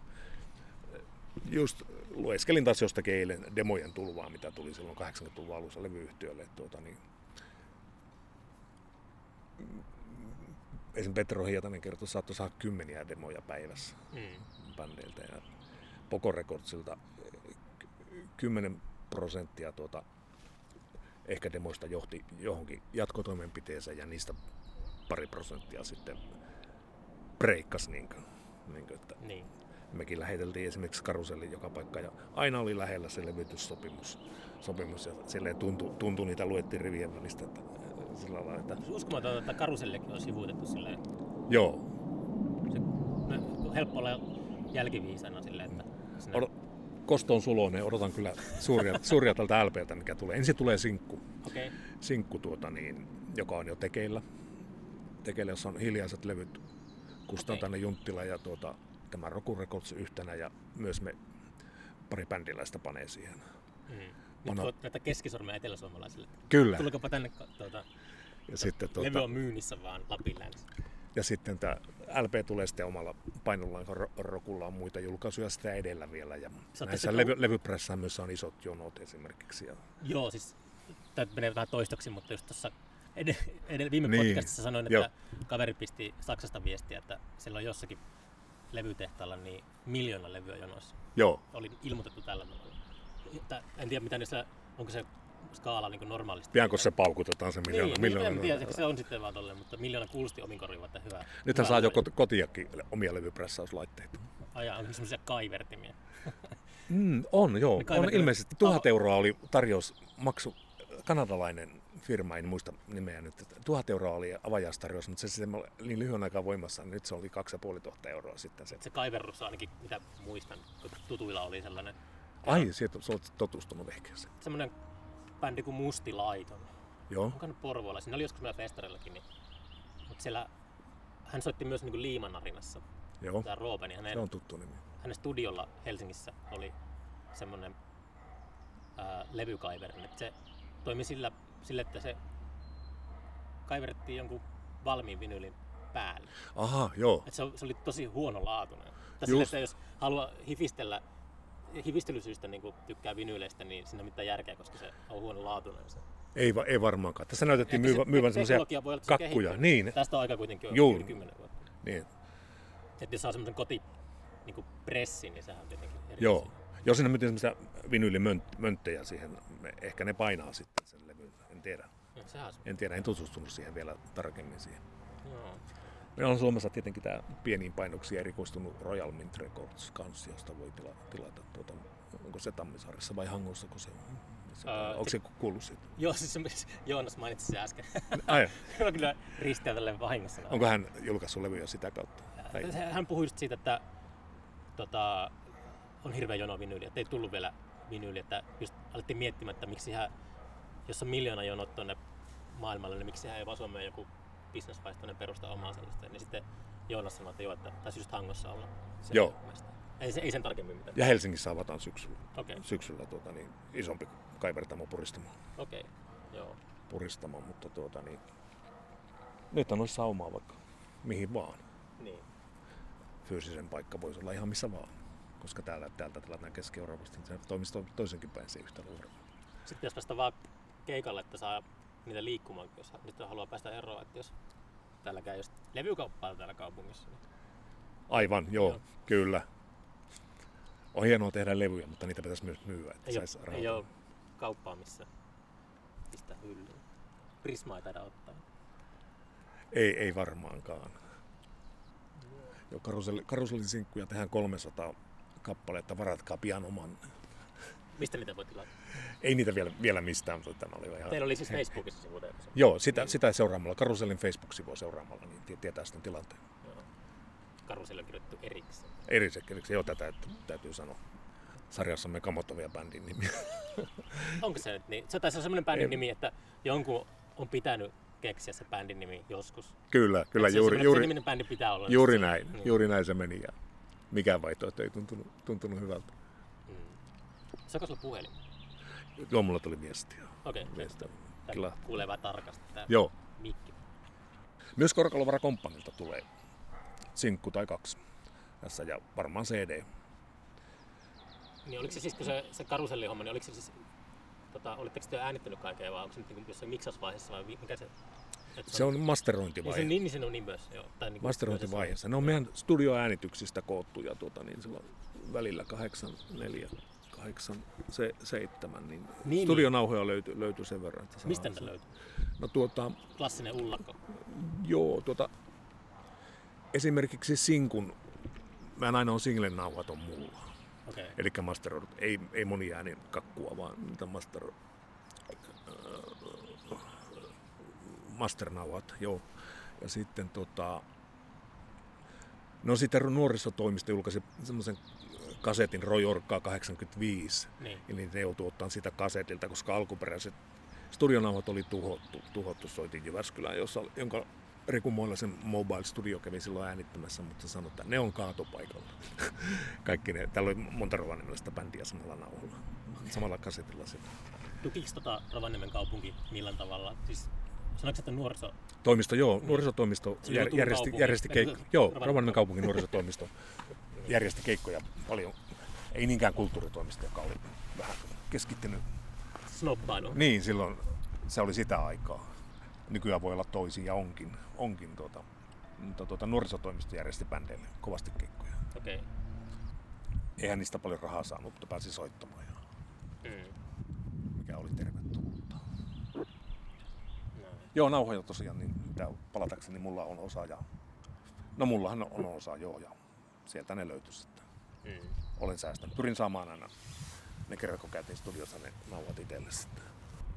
Just lueskelin taas jostakin eilen demojen tulvaa, mitä tuli silloin kahdeksankymmentäluvun alussa levyyhtiölle. Tuota, niin, esimerkiksi Petro Hietanen kertoi, että saattoi saada kymmeniä demoja päivässä Mm. bändeiltä. Ja Poco Recordsilta kymmenen prosenttia tuota, ehkä demoista johti johonkin jatkotoimenpiteeseen ja niistä pari prosenttia sitten breikkasi. Niin kuin, niin kuin, että Niin. mekin läheteltiin esimerkiksi Karusellin joka paikka ja aina oli lähellä se levytyssopimus sopimus, ja silleen tuntui, tuntui niitä luettiin rivien välistä. Että, sillä lailla, että, Uskomatonta, että Karusellekin on sivuutettu silleen. joo, Se, no, on helppo olla jälkiviisana silleen, että sinne, Od- Kosto on suloinen, odotan kyllä suuria, suuria tältä L P:ltä, mikä tulee. Ensin tulee sinkku, okei, okay. sinkku tuota, niin, joka on jo tekeillä. Tekeillä, jossa on hiljaiset levyt. Kustan Okei. tänne Junttila ja tuota, tämä Roku Records yhtenä ja myös me pari bändiläistä panee siihen. Mm. Nyt Ono- voit näyttää keskisormea eteläsuomalaisille. Kyllä. Tulkapa tänne, tuota, Ja sitten, levy tuota, on myynnissä vaan Lapin länsi. ja sitten tämä L P tulee sitten omalla painollaan, kun Ro- Rokulla on muita julkaisuja sitä edellä vielä. Ja Sä oot näissä tässä levy, levypressään myös on isot jonot esimerkiksi. Ja, Joo, siis tämä menee vähän toistoksi, mutta just tuossa ed- ed- viime Niin, podcastissa sanoin, joo. että kaveri pisti Saksasta viestiä, että siellä on jossakin levytehtaalla niin miljoona levyä jonoissa. joo, Oli ilmoitettu tällä tavalla. Että en tiedä, mitä niissä, onko se skaala niin kuin normaalisti. pianko se paukutetaan se miljoona. Niin, miljoona niin, en tiedä, se on sitten vaan tolleen, mutta miljoona kuulosti omin korviin, että hyvä. Nythän hyvä saa jo nuori. kot- kotiakin omia levypressauslaitteita. Ajaa, onko semmoisia kaivertimiä? Mm, on, joo. Ne On kaivetaan- ilmeisesti tuhat Oh. euroa oli tarjous, maksu kanadalainen firma, en muista nimeä nyt, että tuhat euroa oli avajaistarjous, mutta se sitten oli niin lyhyen aikaa voimassa, niin nyt se oli kaksi ja puoli tuhatta euroa sitten. Se, Se kaiverrus ainakin, mitä muistan, kun tutuilla oli sellainen. ai, sieltä sä olet totustunut vehkeeseen. Semmoinen bändi kuin Musti Laiton. Joo. Onko ne Porvoolla? Siinä oli joskus meillä festarillakin. Niin. Mutta siellä hän soitti myös niin Liimanarinassa. Joo, Tämä Roope, niin hänen, se on tuttu nimi. hänen studiolla Helsingissä oli semmoinen ää, levykaiverin. Että se toimi sillä, sillä, että se kaiverrettiin jonkun valmiin vinylin päälle. Aha, joo. Et se, se oli tosi huonolaatuinen. Tai sillä, että jos haluaa hifistellä, hifistelysyistä niin tykkää vinyyleistä, niin siinä on mitään järkeä, koska se on huonolaatuinen. Se. Ei, va, ei varmaankaan. Tässä näytettiin myyvän, myyvän semmoisia kakkuja. Niin. Tästä on aika kuitenkin Juu. yli kymmenen vuotta. Niin. Että jos saa semmoisen koti niin pressin, niin sehän on tietenkin eri Joo. asia. Jos siinä myytiin semmoisia vinyylimönttejä siihen, ehkä ne painaa sitten sen levyn. En tiedä. No, sehän on... En tiedä, en tutustunut siihen vielä tarkemmin siihen. Joo. Meillä on Suomessa tietenkin tämä pieniin painoksiin erikoistunut Royal Mint Records kanssa, josta voi tila, tilata. Tuota, onko se Tammisaaressa vai Hangossa, kun se on? Se, Ää, onko se- se kuullut siitä? Joo, siis Joonas mainitsi sen äsken. Ai, Mä kyllä ristiä tälleen vahingossa. onko hän julkaissut levyjä sitä kautta? Tai- Hän puhui just siitä, että tota, on hirveä jono vinyyliä, että ei tullut vielä vinyyliä, että just alettiin miettimään, että miksi hän, jos on miljoona jonot tuonne maailmalle, niin miksi hän ei vaan Suomeen joku bisnesvaistoinen perusta omaa sellaista. Niin sitten Joonas sanoi, että joo, että taisi just Hangossa olla. Se Joo. Ei, se- ei sen tarkemmin mitään. Ja Helsingissä avataan syksyllä, Okei, syksyllä tuota, niin, isompi kaivertamo puristamo, okei, joo. puristamo, mutta tuota, niin, nyt on olisi saumaa vaikka mihin vaan. Niin. Fyysisen paikka voisi olla ihan missä vaan, koska täällä, täältä tilataan Keski-Euroopasta, niin se toimisi toisenkin päin se yhtä luura. Sitten jos päästä vaan keikalle, että saa niitä liikkumaan, jos nyt haluaa päästä eroon, että jos täällä käy just levykauppaa täällä kaupungissa. Niin. Aivan, joo, Joo. kyllä. On hienoa tehdä levyjä, mutta niitä pitäisi myös myyä, että Ei, saisi ole, rahaa. ei ole kauppaa missä pistää hyllyyn. Prismaa ei taida ottaa. Ei, ei varmaankaan. Joo, karusell, karusellin sinkkuja tehdään kolmesataa kappaletta, varatkaa pian oman. Mistä niitä voi tilata? Ei niitä vielä, vielä mistään, mutta tämä oli ihan... Teillä oli siis Facebookissa sivu teemassa. Joo, sitä, sitä seuraamalla, Karusellin Facebook-sivua seuraamalla, niin tie- tietää sitten tilanteen. Joo. Karuselle on kirjoittu erikseen. Eriseksi, joo, tätä että, täytyy sanoa. Sarjassamme Kamottavia bändin nimi. Onko se nyt niin? Se taisi olla semmoinen bändin Ei. nimi, että jonkun on pitänyt keksiä se bändin nimi joskus. Kyllä, kyllä, Et se on juuri, semmoinen, että juuri, se niminen bändi pitää olla. juuri Se- näin, Niin. juuri näin se meni. Ja mikään vaihtoehto ei tuntunut, tuntunut hyvältä. Mm. Saako sulla puhelin? Joo, mulla tuli viestiä. Okei. Viestiä. Tää Kyllä. kuulee vähän tarkasti tää Joo. mikki. Myös Korkalovara Komppanilta tulee sinkku tai kaksi tässä ja varmaan C D. Niin oliko se siis, kun se, se karusellihomma, niin oliko se siis, tota, olitteko te äänittänyt kaikkea vai onko se nyt niin jossain miksausvaiheessa vai vi- mikä se? että Se on Niin masterointivaihe. se, niin, niin se on niin myös, joo. Tai niin kuin Masterointivaiheessa. Ne on meidän studioäänityksistä koottuja tuota, niin silloin välillä kahdeksan, neljä, kahdeksan, se, seitsemän. Niin Niin, studionauhoja löytyy, löytyy sen verran. Että saa- Mistä ne löytyy? No tuota, Klassinen ullakko. joo, tuota, esimerkiksi sinkun, mä en aina on singlen nauhat on mulla. Okei. Eli masteroidut, ei, ei moniäänin kakkua, vaan niitä master, äh, masternauhat, joo. Ja sitten tota, no sitten nuorisotoimisto julkaisi semmoisen kasetin Roy Orkaa kahdeksankymmentäviisi, Niin. eli ne joutui ottamaan sitä kasetilta, koska alkuperäiset studionauhat oli tuhottu, tuhottu soitin Jyväskylään, jossa, jonka Riku Moilasen Mobile Studio kävi silloin äänittämässä, mutta se sanoi, että ne on kaatopaikalla. Kaikki ne, täällä oli monta Rovaniemeläistä bändiä samalla nauhalla, samalla kasetilla sitä. Tukiko tota Rovaniemen kaupunki millään tavalla? Siis sanoiko, että nuoriso... Toimisto, joo, nuorisotoimisto Se on jär, Turun järjesti, kaupunki. järjesti Eikö keikkoja. se- Joo, Rovaniemen Rovaniemen kaupungin nuorisotoimisto järjesti keikkoja paljon. Ei niinkään kulttuuritoimisto, joka oli vähän keskittynyt. Snobbailu. Niin, silloin se oli sitä aikaa. Nykyään voi olla toisin ja onkin, onkin tuota, mutta tuota, nuorisotoimisto järjesti bändeille kovasti keikkoja. Okei. Okay. Eihän niistä paljon rahaa saanut, mutta pääsi soittamaan, ja Mm. mikä oli tervetullutta. No. Joo, nauhoja tosiaan, niin mitä palatakseni mulla on osa ja... No mullahan on osa, joo, ja sieltä ne löytyi sitten. Mm. Olen säästänyt. Pyrin saamaan aina ne kerran, kun käytiin studiossa, ne nauhat itselle sitten.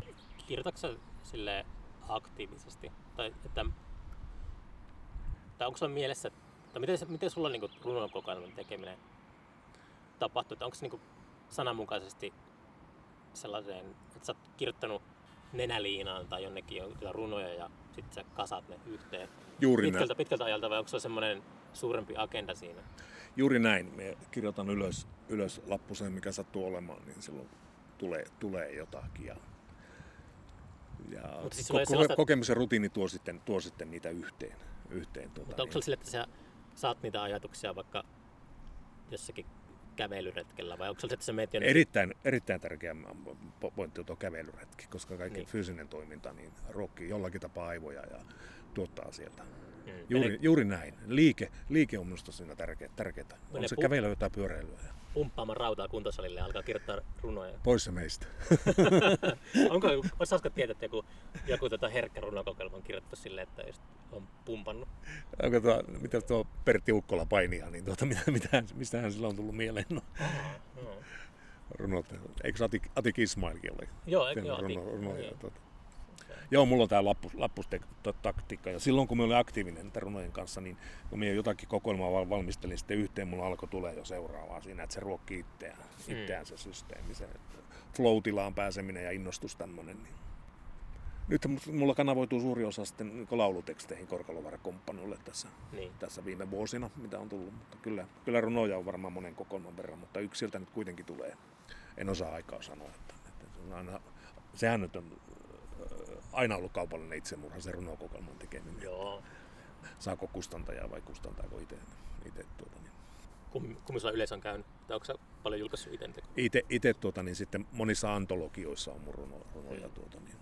kirjoitatko sä silleen aktiivisesti? Tai, että, tai onko sulla mielessä, tai miten, miten sulla niinku runokokoelman tekeminen tapahtuu? Että onko se niinku sananmukaisesti sellaiseen, että sä oot kirjoittanut nenäliinaan tai jonnekin jotain runoja ja sitten sä kasat ne yhteen Juuri pitkältä, näin. pitkältä ajalta, vai onko se semmoinen suurempi agenda siinä? Juuri näin. Me kirjoitan ylös, ylös lappuseen, mikä sattuu olemaan, niin silloin tulee, tulee jotakin. Ja, ja siis ko- sellaista... kokemus ja rutiini tuo sitten, tuo sitten niitä yhteen. yhteen tuota, Mutta onko niin. se sille, että sä saat niitä ajatuksia vaikka jossakin kävelyretkellä, vai onko se, että sä meet jonnekin? Erittäin, erittäin tärkeä pointti on tuo kävelyretki, koska kaikki Niin. fyysinen toiminta niin ruokkii jollakin tapaa aivoja ja tuottaa sieltä. Mm. Juuri, Mene juuri näin. Liike, liike on minusta siinä tärkeä, tärkeää. Mene On se pu- kävelyä tai pyöräilyä. Ja pumppaamaan rautaa kuntosalille ja alkaa kirjoittaa runoja. pois se meistä. Onko joku, olisi hauska tietää, että joku, joku tota herkkä runokokelma on kirjoittu silleen, että just on pumpannut? Onko tuo, mitä tuo Pertti Ukkola painia, niin tuota, mitä, mitä, mistähän sillä on tullut mieleen? No, Aha, no. runot, eikö Atik, Atik Ismailkin ole? Joo, eikö tehnyt joo, runo, Atik- runoja, niin. tuota. Joo, mulla on tää lappus, lappustaktiikka. Ja silloin kun mä olin aktiivinen niiden runojen kanssa, niin kun mä jotakin kokoelmaa val- valmistelin sitten yhteen, mulla alkoi tulee jo seuraavaa siinä, että se ruokkii itseään, itseään se systeemi, se flow-tilaan pääseminen ja innostus tämmönen. Niin. Nyt mulla kanavoituu suuri osa sitten niin lauluteksteihin Korkalovara-komppanuille tässä, Niin. tässä viime vuosina, mitä on tullut. Mutta kyllä, kyllä runoja on varmaan monen kokoelman verran, mutta yksi sieltä nyt kuitenkin tulee. En osaa aikaa sanoa. Että, että se on aina, sehän nyt on aina ollut kaupallinen itsemurha, se runokokoelman tekeminen. Joo. Saako kustantaja vai kustantaako itse? itse tuota, niin. Kummin sulla yleensä on käynyt? Tai onko sä paljon julkaissut iten tekoa? Ite, ite tuota, niin sitten monissa antologioissa on mun runo, runoja. Tuota, niin.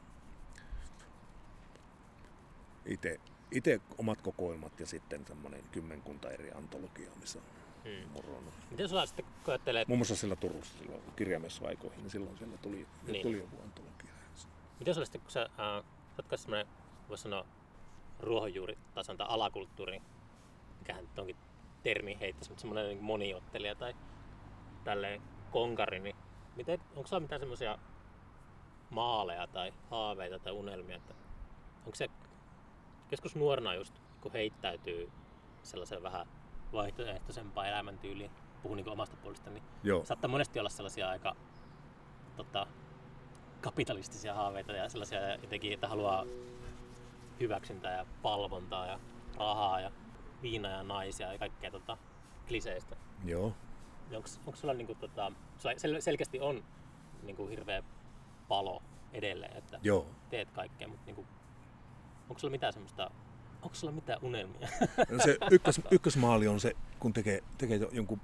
Ite, ite omat kokoelmat ja sitten semmoinen kymmenkunta eri antologiaa, missä on Hmm. mun runo. Miten sulla sitten koettelee, Muun muassa siellä Turussa silloin kirjamessuaikoihin, niin silloin siellä tuli, Niin. tuli joku antologia. miten sulla sitten, kun sä, äh, sä oot semmoinen, voisi sanoa, ruohonjuuritason tai alakulttuuri, mikähän nyt onkin termi heittäisi, mutta semmoinen niin moniottelija tai tälleen konkari, niin miten, onko sulla mitään semmoisia maaleja tai haaveita tai unelmia, että onko se joskus nuorena just, kun heittäytyy sellaiseen vähän vaihtoehtoisempaan elämäntyyliin, puhun niin omasta puolesta, niin Joo. saattaa monesti olla sellaisia aika tota, kapitalistisia haaveita ja sellaisia jotenkin, että haluaa hyväksyntää ja palvontaa ja rahaa ja viinaa ja naisia ja kaikkea tota, kliseistä. Joo. Onko, onko sulla, niinku, tota, sulla sel- selkeästi on niinku, hirveä palo edelleen, että Joo. teet kaikkea, mutta niinku, onko sulla mitään semmoista, onko sulla mitään unelmia? No se ykkös, ykkösmaali on se, kun tekee, tekee jo- jonkun...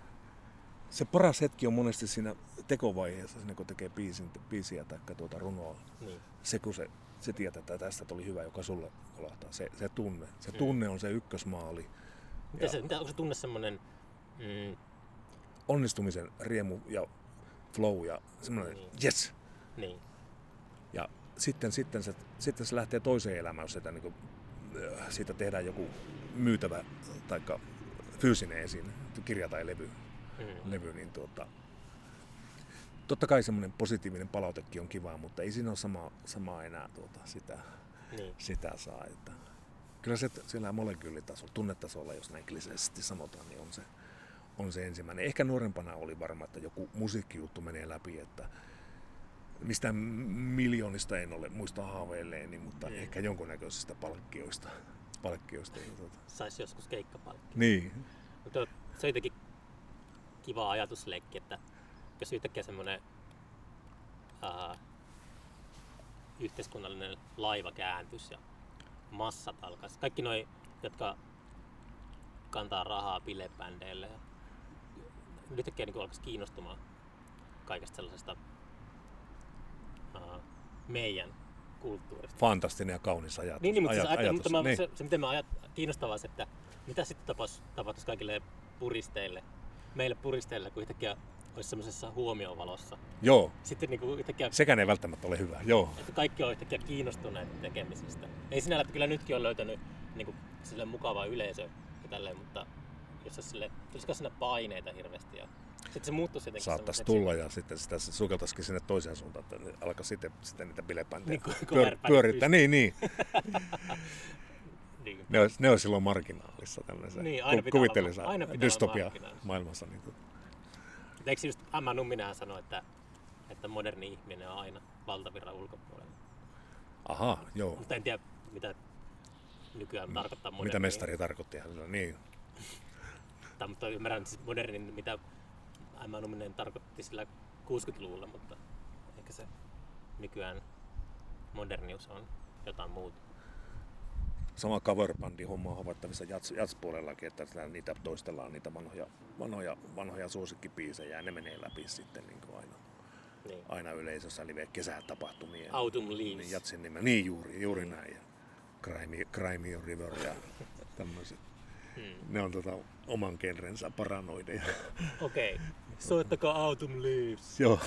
Se paras hetki on monesti siinä tekovaiheessa, siinä kun tekee biisin, biisiä tai tuota runoa. niin. Se, kun se, se tietää, että tästä tuli hyvä, joka sulle kolahtaa. Se, se tunne. Se tunne on se ykkösmaali. Miten se, mitä, onko se tunne semmoinen, mm, Onnistumisen riemu ja flow ja semmoinen Niin. yes! niin, Ja sitten, sitten, se, sitten se lähtee toiseen elämään, jos sitä, niin kuin, äh, siitä tehdään joku myytävä tai fyysinen esine, kirja tai levy, mm, levy niin tuota, totta kai semmoinen positiivinen palautekin on kivaa, mutta ei siinä ole samaa, samaa enää tuota, sitä, niin. sitä saa. Että kyllä se siellä molekyylitasolla, tunnetasolla, jos näin kliseisesti sanotaan, niin on se, on se ensimmäinen. Ehkä nuorempana oli varma, että joku musiikkijuttu menee läpi, että mistään miljoonista en ole muista haaveilleeni, mutta Mm. ehkä jonkunnäköisistä palkkioista. palkkioista ja tuota. Saisi joskus keikkapalkki. Niin, Mutta se on jotenkin kiva ajatusleikki, että jos yhtäkkiä semmoinen ää, yhteiskunnallinen laiva kääntyisi ja massat alkaisi. Kaikki noi, jotka kantaa rahaa bilebändeille ja yhtäkkiä niin alkaisi kiinnostumaan kaikesta sellaisesta ää, meidän kulttuurista. fantastinen ja kaunis ajatus. Niin, niin mutta, ajat, siis ajatus, mutta mä, niin. se, se, miten mä ajat, kiinnostavaa se, että mitä sitten tapaus, tapahtuisi kaikille puristeille, meille puristeille, kun yhtäkkiä olisi semmoisessa huomiovalossa. Joo, Sitten niin kuin yhtäkkiä, sekään ei välttämättä ole hyvä. Joo, että kaikki on yhtäkkiä kiinnostuneet tekemisistä. Ei sinällä, että kyllä nytkin on löytänyt niin kuin, sille mukavaa yleisö ja tälleen, mutta jos se sille, tulisiko sinne paineita hirveästi ja Sitten se muuttuisi jotenkin saattaisi tulla ja sitten sitä se sukeltaisikin sinne toiseen suuntaan, että alkaa sitten, sitten niitä bilepänttejä Niin, pyör, pyörittää. Niin, niin. niin. Ne olisi, ne olisi silloin marginaalissa tällaisen niin, aina ku, kuvitteellisessa olla, aina dystopia maailmassa. Niin eikö just Emma Numminenhan sanoi, että, että moderni ihminen on aina valtavirran ulkopuolella? Aha, joo. Mutta en tiedä, mitä nykyään tarkoittaa moderni. Mitä mestari tarkoitti hänellä, niin. Tai, mutta ymmärrän siis modernin, mitä Emma Numminen tarkoitti sillä kuusikymmentäluvulla, mutta ehkä se nykyään modernius on jotain muuta. Sama coverbandi homma on havaittavissa jats, jats-puolellakin, että niitä toistellaan niitä vanhoja, vanhoja, vanhoja suosikkibiisejä ja ne menee läpi sitten niin kuin aina, niin. aina yleisössä live-kesätapahtumia. Autumn Leaves. Niin, jatsin nimen. Niin juuri, juuri näin. Ja Crime, Crime Your River ja tämmöiset. Hmm. Ne on tota, oman genrensä paranoideja. Okei, okay. Soittakaa Autumn Leaves. Joo.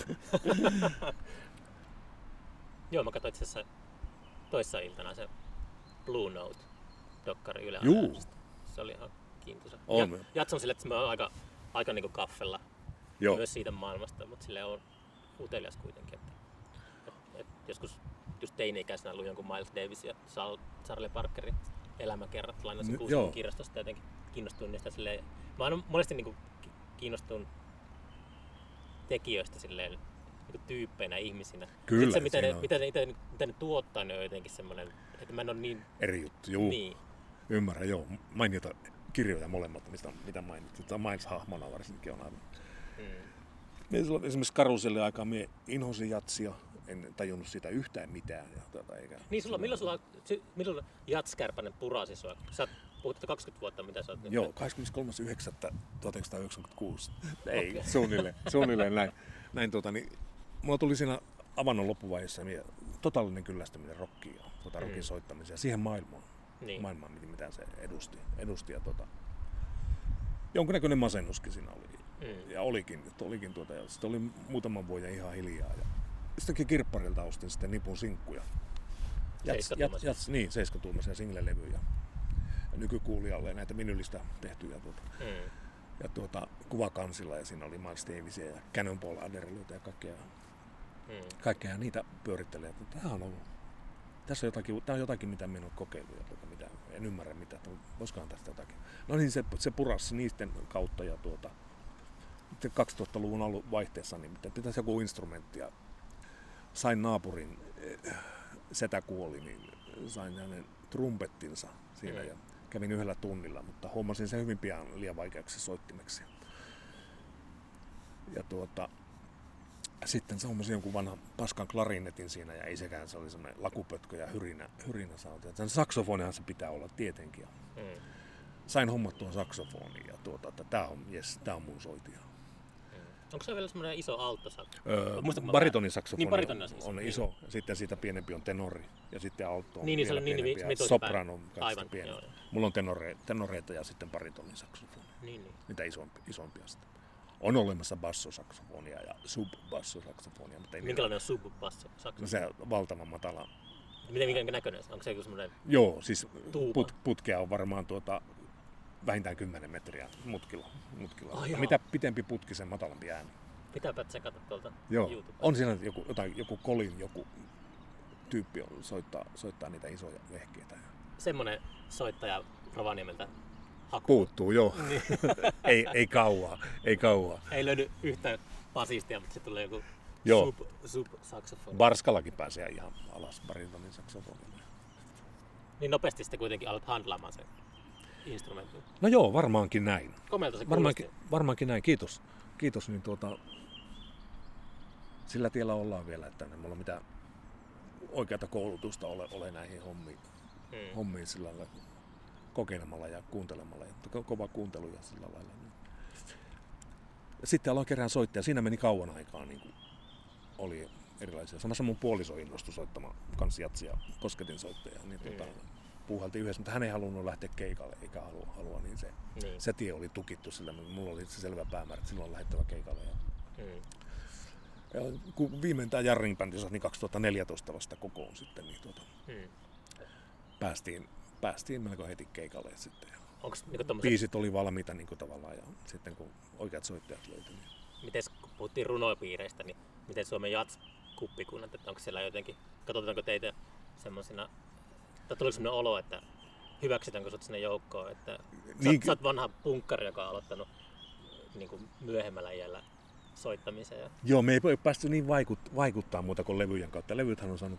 Joo, mä katsoin itse asiassa toissa iltana se Blue Note-dokkari Yle Areenasta. Se oli ihan kiintoisa. Ja, Jatson sille, että mä oon aika, aika niinku kaffella Joo. myös siitä maailmasta, mutta sille on utelias kuitenkin. Että, et, et joskus just teini-ikäisenä luin jonkun Miles Davis ja Charlie Parkerin elämäkerrat lainasin kuusikymmentä kirjastosta ja jotenkin kiinnostuin niistä silleen. Mä oon monesti niinku kiinnostun tekijöistä silleen niinku tyyppeinä ihmisinä. Kyllä, sitten se, mitä ne, mitä, ne, mitä, ne, mitä ne tuottaa, ne on jotenkin semmoinen, että mä en ole niin... Eri juttu, juu. Niin. Ymmärrän, joo. Mainita kirjoja molemmat, mistä, mitä mainitsit. Miles hahmona varsinkin on aivan. Hmm. Esimerkiksi Karuselin aikaa mie inhosin jatsia. En tajunnut siitä yhtään mitään. Ja tuota, eikä niin sulla, milloin sulla, milloin Jats-kärpänen purasi sua? Sä puhut kaksikymmentä vuotta, mitä sä oot nyt? Joo, kahdeskymmeneskolmas yhdeksättä tuhatyhdeksänsataayhdeksänkymmentäkuusi. Ei, okay. suunnilleen, suunnilleen näin. näin tuota, niin, mulla tuli siinä avannon loppuvaiheessa mie, totaalinen kyllästyminen rockiin ja tuota, mm. rockin soittamiseen ja siihen maailmaan. Niin. Maailmaan, mitä se edusti. edusti ja, tuota, jonkinnäköinen masennuskin siinä oli. Mm. Ja olikin, olikin tuota, ja sitten oli muutaman vuoden ihan hiljaa. Ja sittenkin kirpparilta ostin sitten nipun sinkkuja. Jats, jats, jats, niin, seiskatuumaisia single-levyjä. Ja nykykuulijalle näitä vinylistä tehtyjä tuota. Mm. Ja tuota, kuvakansilla ja siinä oli Miles Davisia ja Cannonball Adderleytä ja kaikkea. Mm. Kaikkea niitä pyörittelee. Tämä on ollut. Tässä on jotakin, tämä on jotakin, mitä minä olen kokeillut ja tuota, mitä, en ymmärrä mitä, että voisikohan tästä jotakin. No niin, se, se purasi niiden kautta ja tuota, kaksituhattaluvun alun vaihteessa, niin pitäisi joku instrumentti ja sain naapurin, setä kuoli, niin sain hänen trumpettinsa siinä mm. ja kävin yhdellä tunnilla, mutta huomasin sen hyvin pian liian vaikeaksi soittimeksi. Ja tuota, sitten saumasin jonkun vanhan paskan klarinetin siinä ja ei sekään, se oli semmoinen lakupötkö ja hyrinä, hyrinä sauti. Saksofonihan se pitää olla tietenkin. Mm. Sain hommattua saksofoniin ja tuota, että tää on, yes, tää on mun soitia. Onko se vielä semmoinen iso alttosakso? Öö, baritonin saksofoni niin, on, on, on iso, niin. Sitten siitä pienempi on tenori ja sitten alto on niin, vielä niin, pienempi niin, ja soprano on kaikista pienempi. Mulla on tenore, tenoreita ja sitten baritonin saksofoni, niin, niin. Niitä isompi, isompia sitten. On olemassa bassosaksofonia ja sub-bassosaksofonia. Mutta ei minkälainen on sub-bassosaksofonia? No se on valtavan matala. Miten minkä näköinen? Onko se joku semmoinen Joo, siis put, putkea on varmaan tuota vähintään kymmenen metriä mutkilla. mutkilla. Oh, mitä pitempi putki, sen matalampi ääni. Pitääpä tsekata tuolta YouTubesta. On siinä joku, jotain, joku Colin, joku tyyppi on, soittaa, soittaa niitä isoja vehkeitä. Semmoinen soittaja Rovaniemeltä haku. Puuttuu, joo. Niin. ei, ei kauaa, ei kauaa. Ei löydy yhtä basistia, mutta sitten tulee joku sub-saksofoni. Barskallakin pääsee ihan alas baritonin saksofonille. Niin nopeasti sitten kuitenkin alat handlaamaan sen instrumentin. No joo, varmaankin näin. Komealta se varmaankin, varmaankin näin, kiitos. Kiitos, niin tuota, sillä tiellä ollaan vielä, että ei mulla mitään oikeata koulutusta ole, ole näihin hommiin, hmm. hommiin sillä lailla kokeilemalla ja kuuntelemalla. Ja ko- kova kuuntelu ja sillä lailla. Sitten aloin kerään soittaa. Siinä meni kauan aikaa. Niin kuin oli erilaisia. Samassa mun puoliso innostui soittamaan kans jatsia kosketin soittaja. Niin hmm. tuota, puuhaltiin yhdessä, mutta hän ei halunnut lähteä keikalle eikä halua, halua niin se, niin. se tie oli tukittu sillä. Mulla oli se selvä päämäärä, että silloin on lähdettävä keikalle. Ja, hmm. ja kun viimein tämä Jarring bändi niin kaksituhattaneljätoista vasta kokoon sitten, niin tuota, hmm. päästiin, päästiin melko heti keikalle sitten. Onks, niin tommoset... Biisit oli valmiita niin tavallaan ja sitten kun oikeat soittajat löytyi. Niin... miten kun puhuttiin runopiireistä, niin miten Suomen jats-kuppikunnat, että onko siellä jotenkin, katsotaanko teitä semmoisina, tai tuliko semmoinen olo, että hyväksytäänkö sut sinne joukkoon, että sä, Niin, sä oot vanha punkkari, joka on aloittanut niin kuin myöhemmällä iällä soittamiseen. Ja... Joo, me ei ole päästy niin vaikut, vaikuttaa muuta kuin levyjen kautta. Levythän on saanut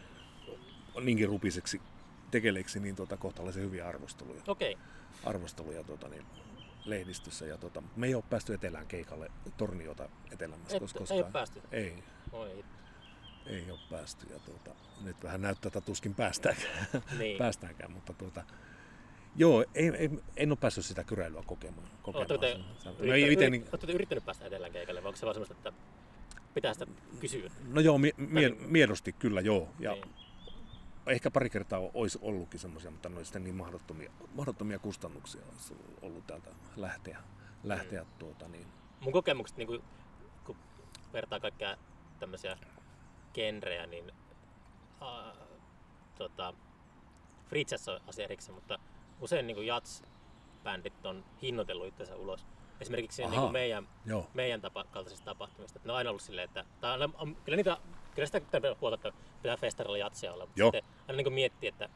niinkin rupiseksi tekeleiksi niin tuota, kohtalaisen hyviä arvosteluja. Okei. arvosteluja tuota, niin, lehdistössä. Ja, tuota, me ei ole päästy etelään keikalle Torniota etelämässä. Et, koska ei ole päästy? Ei. Oi. Ei ole päästy. Ja, tuota, nyt vähän näyttää, että tuskin päästäänkään. Niin. päästäänkään mutta tuota, joo, ei, ei, en ole päässyt sitä kyräilyä kokemaan. kokemaan. Oletteko te, no, yrittänyt, ite, yrit, niin, oletteko te yrittänyt päästä etelään keikalle, vai onko se vaan semmoista, että pitää sitä kysyä? no joo, mie, mie, miedosti kyllä joo. Ja Niin. ehkä pari kertaa olisi ollutkin semmoisia, mutta ne olisi sitten niin mahdottomia, mahdottomia kustannuksia olisi ollut täältä lähteä. lähteä mm. tuota, niin. Mun kokemukset, niin kun, kun vertaa kaikkia tämmöisiä genrejä, niin äh, tota, free jazz on asia erikseen, mutta usein niin jazz-bändit on hinnoitellut itsensä ulos. Esimerkiksi niin kuin meidän, meidän tapa, kaltaisista tapahtumista. Ne on aina ollut silleen, että on, on, kyllä, niitä, kyllä sitä pitää huolta, että pitää festarilla jatsia olla, mutta sitten aina niin miettii, että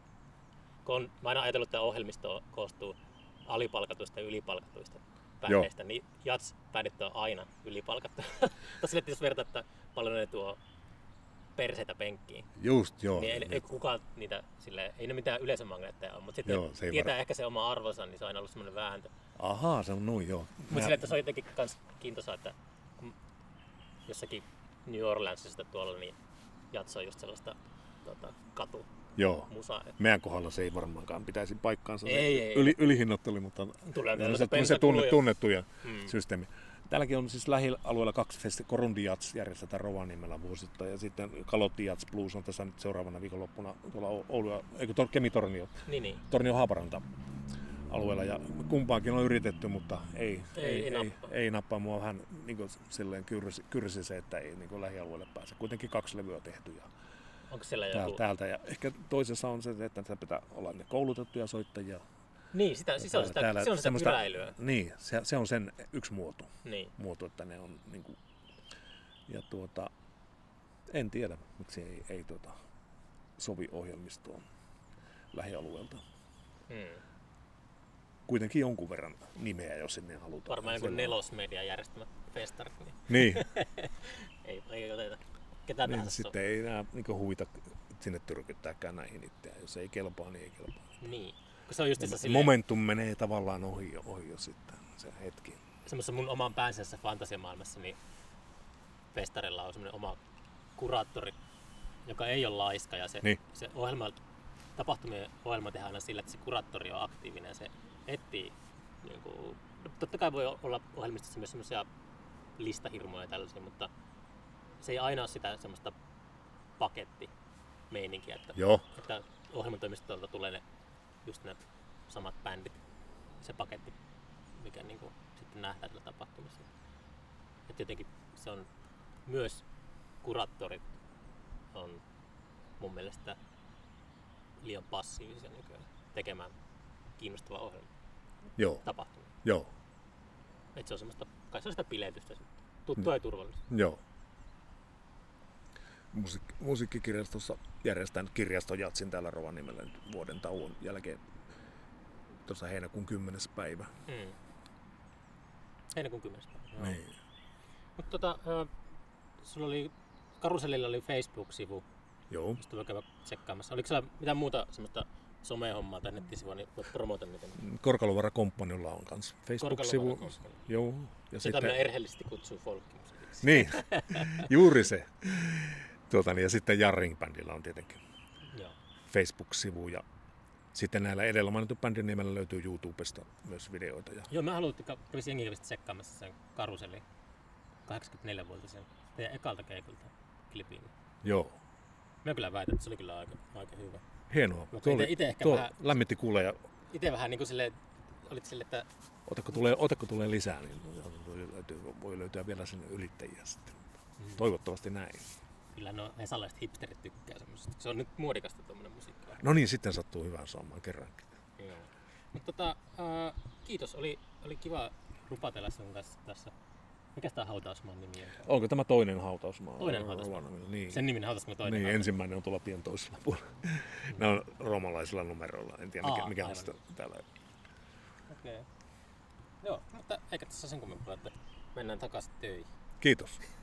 kun on, mä aina ajatellut, että tämä ohjelmisto koostuu alipalkatuista ja ylipalkatuista bändeistä, niin jats-bändit on aina ylipalkattu. Tosi jos vertaa, että paljon ne tuo perseitä penkkiin. Just, joo. Niin ei, ei kukaan niitä, silleen, ei ne mitään yleisömagneetteja ole, mutta sitten joo, tietää var... ehkä se oma arvonsa, niin se on aina ollut semmoinen vääntö. Ahaa, se on noin, joo. Mutta Mä... silleen, että se on jotenkin kans kiintoisaa, että jossakin New Orleansissa tuolla, niin jatso on just sellaista tota, katu. Joo. Musa, että... Meidän kohdalla se ei varmaankaan pitäisi paikkaansa. Ei, ei, Yli, ei. Ylihinnoittelu, mutta se, se tunne, tunnettuja hmm. systeemi. Täälläkin on siis lähialueella kaksi festi, Korundi Jats järjestetään Rovaniemellä vuosittain ja sitten Kalotti Jats Blues on tässä nyt seuraavana viikonloppuna tuolla Oulu, eikö tor, Kemi-Tornio, niin, niin. Tornio Haaparanta alueella ja kumpaankin on yritetty, mutta ei, ei, ei, ei, ei, nappaa. ei nappaa. Mua vähän niin silleen kyrsi, kyrsi se, että ei niin lähialueelle pääse. Kuitenkin kaksi levyä tehty. Ja onko siellä joku... täältä, täältä ja ehkä toisessa on se, että se pitää olla ne koulutettuja soittajia. Niin, sitä, siis on sitä, täällä, se on sitä kyräilyä. Niin, se, se on sen yksi muoto, niin. muoto että ne on niin kuin, ja tuota, en tiedä, miksi ei, ei tuota, sovi ohjelmistoon lähialueelta. Hmm. Kuitenkin jonkun verran nimeä, jos sinne halutaan. Varmaan joku Nelosmedia järjestämät festarit. Niin, niin. ei, ei oteta ketään niin, nähdä. Sitten ei enää niin huvita sinne tyrkyttääkään näihin itseään. Jos ei kelpaa, niin ei kelpaa. Niin. Se on just silleen... Momentum menee tavallaan ohi jo, ohi jo sitten se hetki. Semmoisessa mun oman päänsä fantasiamaailmassa, niin festarilla on semmoinen oma kuraattori, joka ei ole laiska. Ja se, niin. se ohjelma, tapahtumien ohjelma tehdään aina sillä, että se kuraattori on aktiivinen ja se etsii. Niin kuin, totta kai voi olla ohjelmistossa myös semmoisia listahirmoja ja tällaisia, mutta se ei aina ole sitä semmoista pakettimeininkiä, että, että ohjelmatoimistolta tulee ne just ne samat bändit, se paketti, mikä niinku sitten nähdään tällä tapahtumassa. Et jotenkin se on myös kuraattorit on mun mielestä liian passiivisia nykyään tekemään kiinnostava ohjelma. Joo. Tapahtuma. Joo. Et se on semmoista, kai se on sitä biletystä, tuttua ja turvallista. Joo. Musiik- musiikkikirjastossa järjestän kirjastojatsin täällä Rovaniemellä vuoden tauon jälkeen. Tuossa heinäkuun kymmenes päivä. Mm. Heinäkuun kymmenes päivä. Niin. Mutta tota, äh, sulla oli, Karuselilla oli Facebook-sivu. Joo. Mistä voi käydä tsekkaamassa. Oliko siellä mitään muuta semmoista somehommaa tai nettisivua, niin voit promota niitä? Korkalovara Companylla on kanssa Facebook-sivu. Joo. Ja sitä sitten... minä erheellisesti kutsuu folkkimusiikiksi. Niin, juuri se. Tuota, niin, ja sitten Jarring-bändillä on tietenkin Joo. Facebook-sivu. Ja sitten näillä edellä mainitun bändin nimellä löytyy YouTubesta myös videoita. Ja... Joo, mä haluan, että kävisi jengi kävisi tsekkaamassa sen Karuselin kahdeksankymmentäneljä-vuotisen teidän ekalta keikalta klipin. Joo. Mä kyllä väitän, että se oli kyllä aika, aika hyvä. Hienoa. Tuo ite, ite ehkä tuo vähän, lämmitti kuuleja. Itse vähän niin kuin silleen, olit silleen, että... Otatko tulee, otatko tulee lisää, niin voi löytyä, voi löytyä vielä sinne ylittäjiä sitten. Mm. Toivottavasti näin. Kyllä no hesalaiset hipsterit tykkää semmoisesta. Se on nyt muodikasta tuommoinen musiikki. No niin, sitten sattuu hyvään saamaan kerrankin. Joo. Mutta tota, äh, kiitos. Oli, oli kiva rupatella sun kanssa tässä Mikäs tää hautausmaan nimi on? Onko tämä toinen hautausmaa? Toinen hautausmaa. Rovaniemellä? Niin. Sen nimen hautausmaa toinen Niin, hautausmaa. ensimmäinen on tuolla tien toisella puolella. Ne on roomalaisilla numeroilla. En tiedä, mikä, Aa, mikä on aivan. sitä täällä. Okei. Joo, mutta eikä tässä sen kummempaa, että mennään takaisin töihin. Kiitos.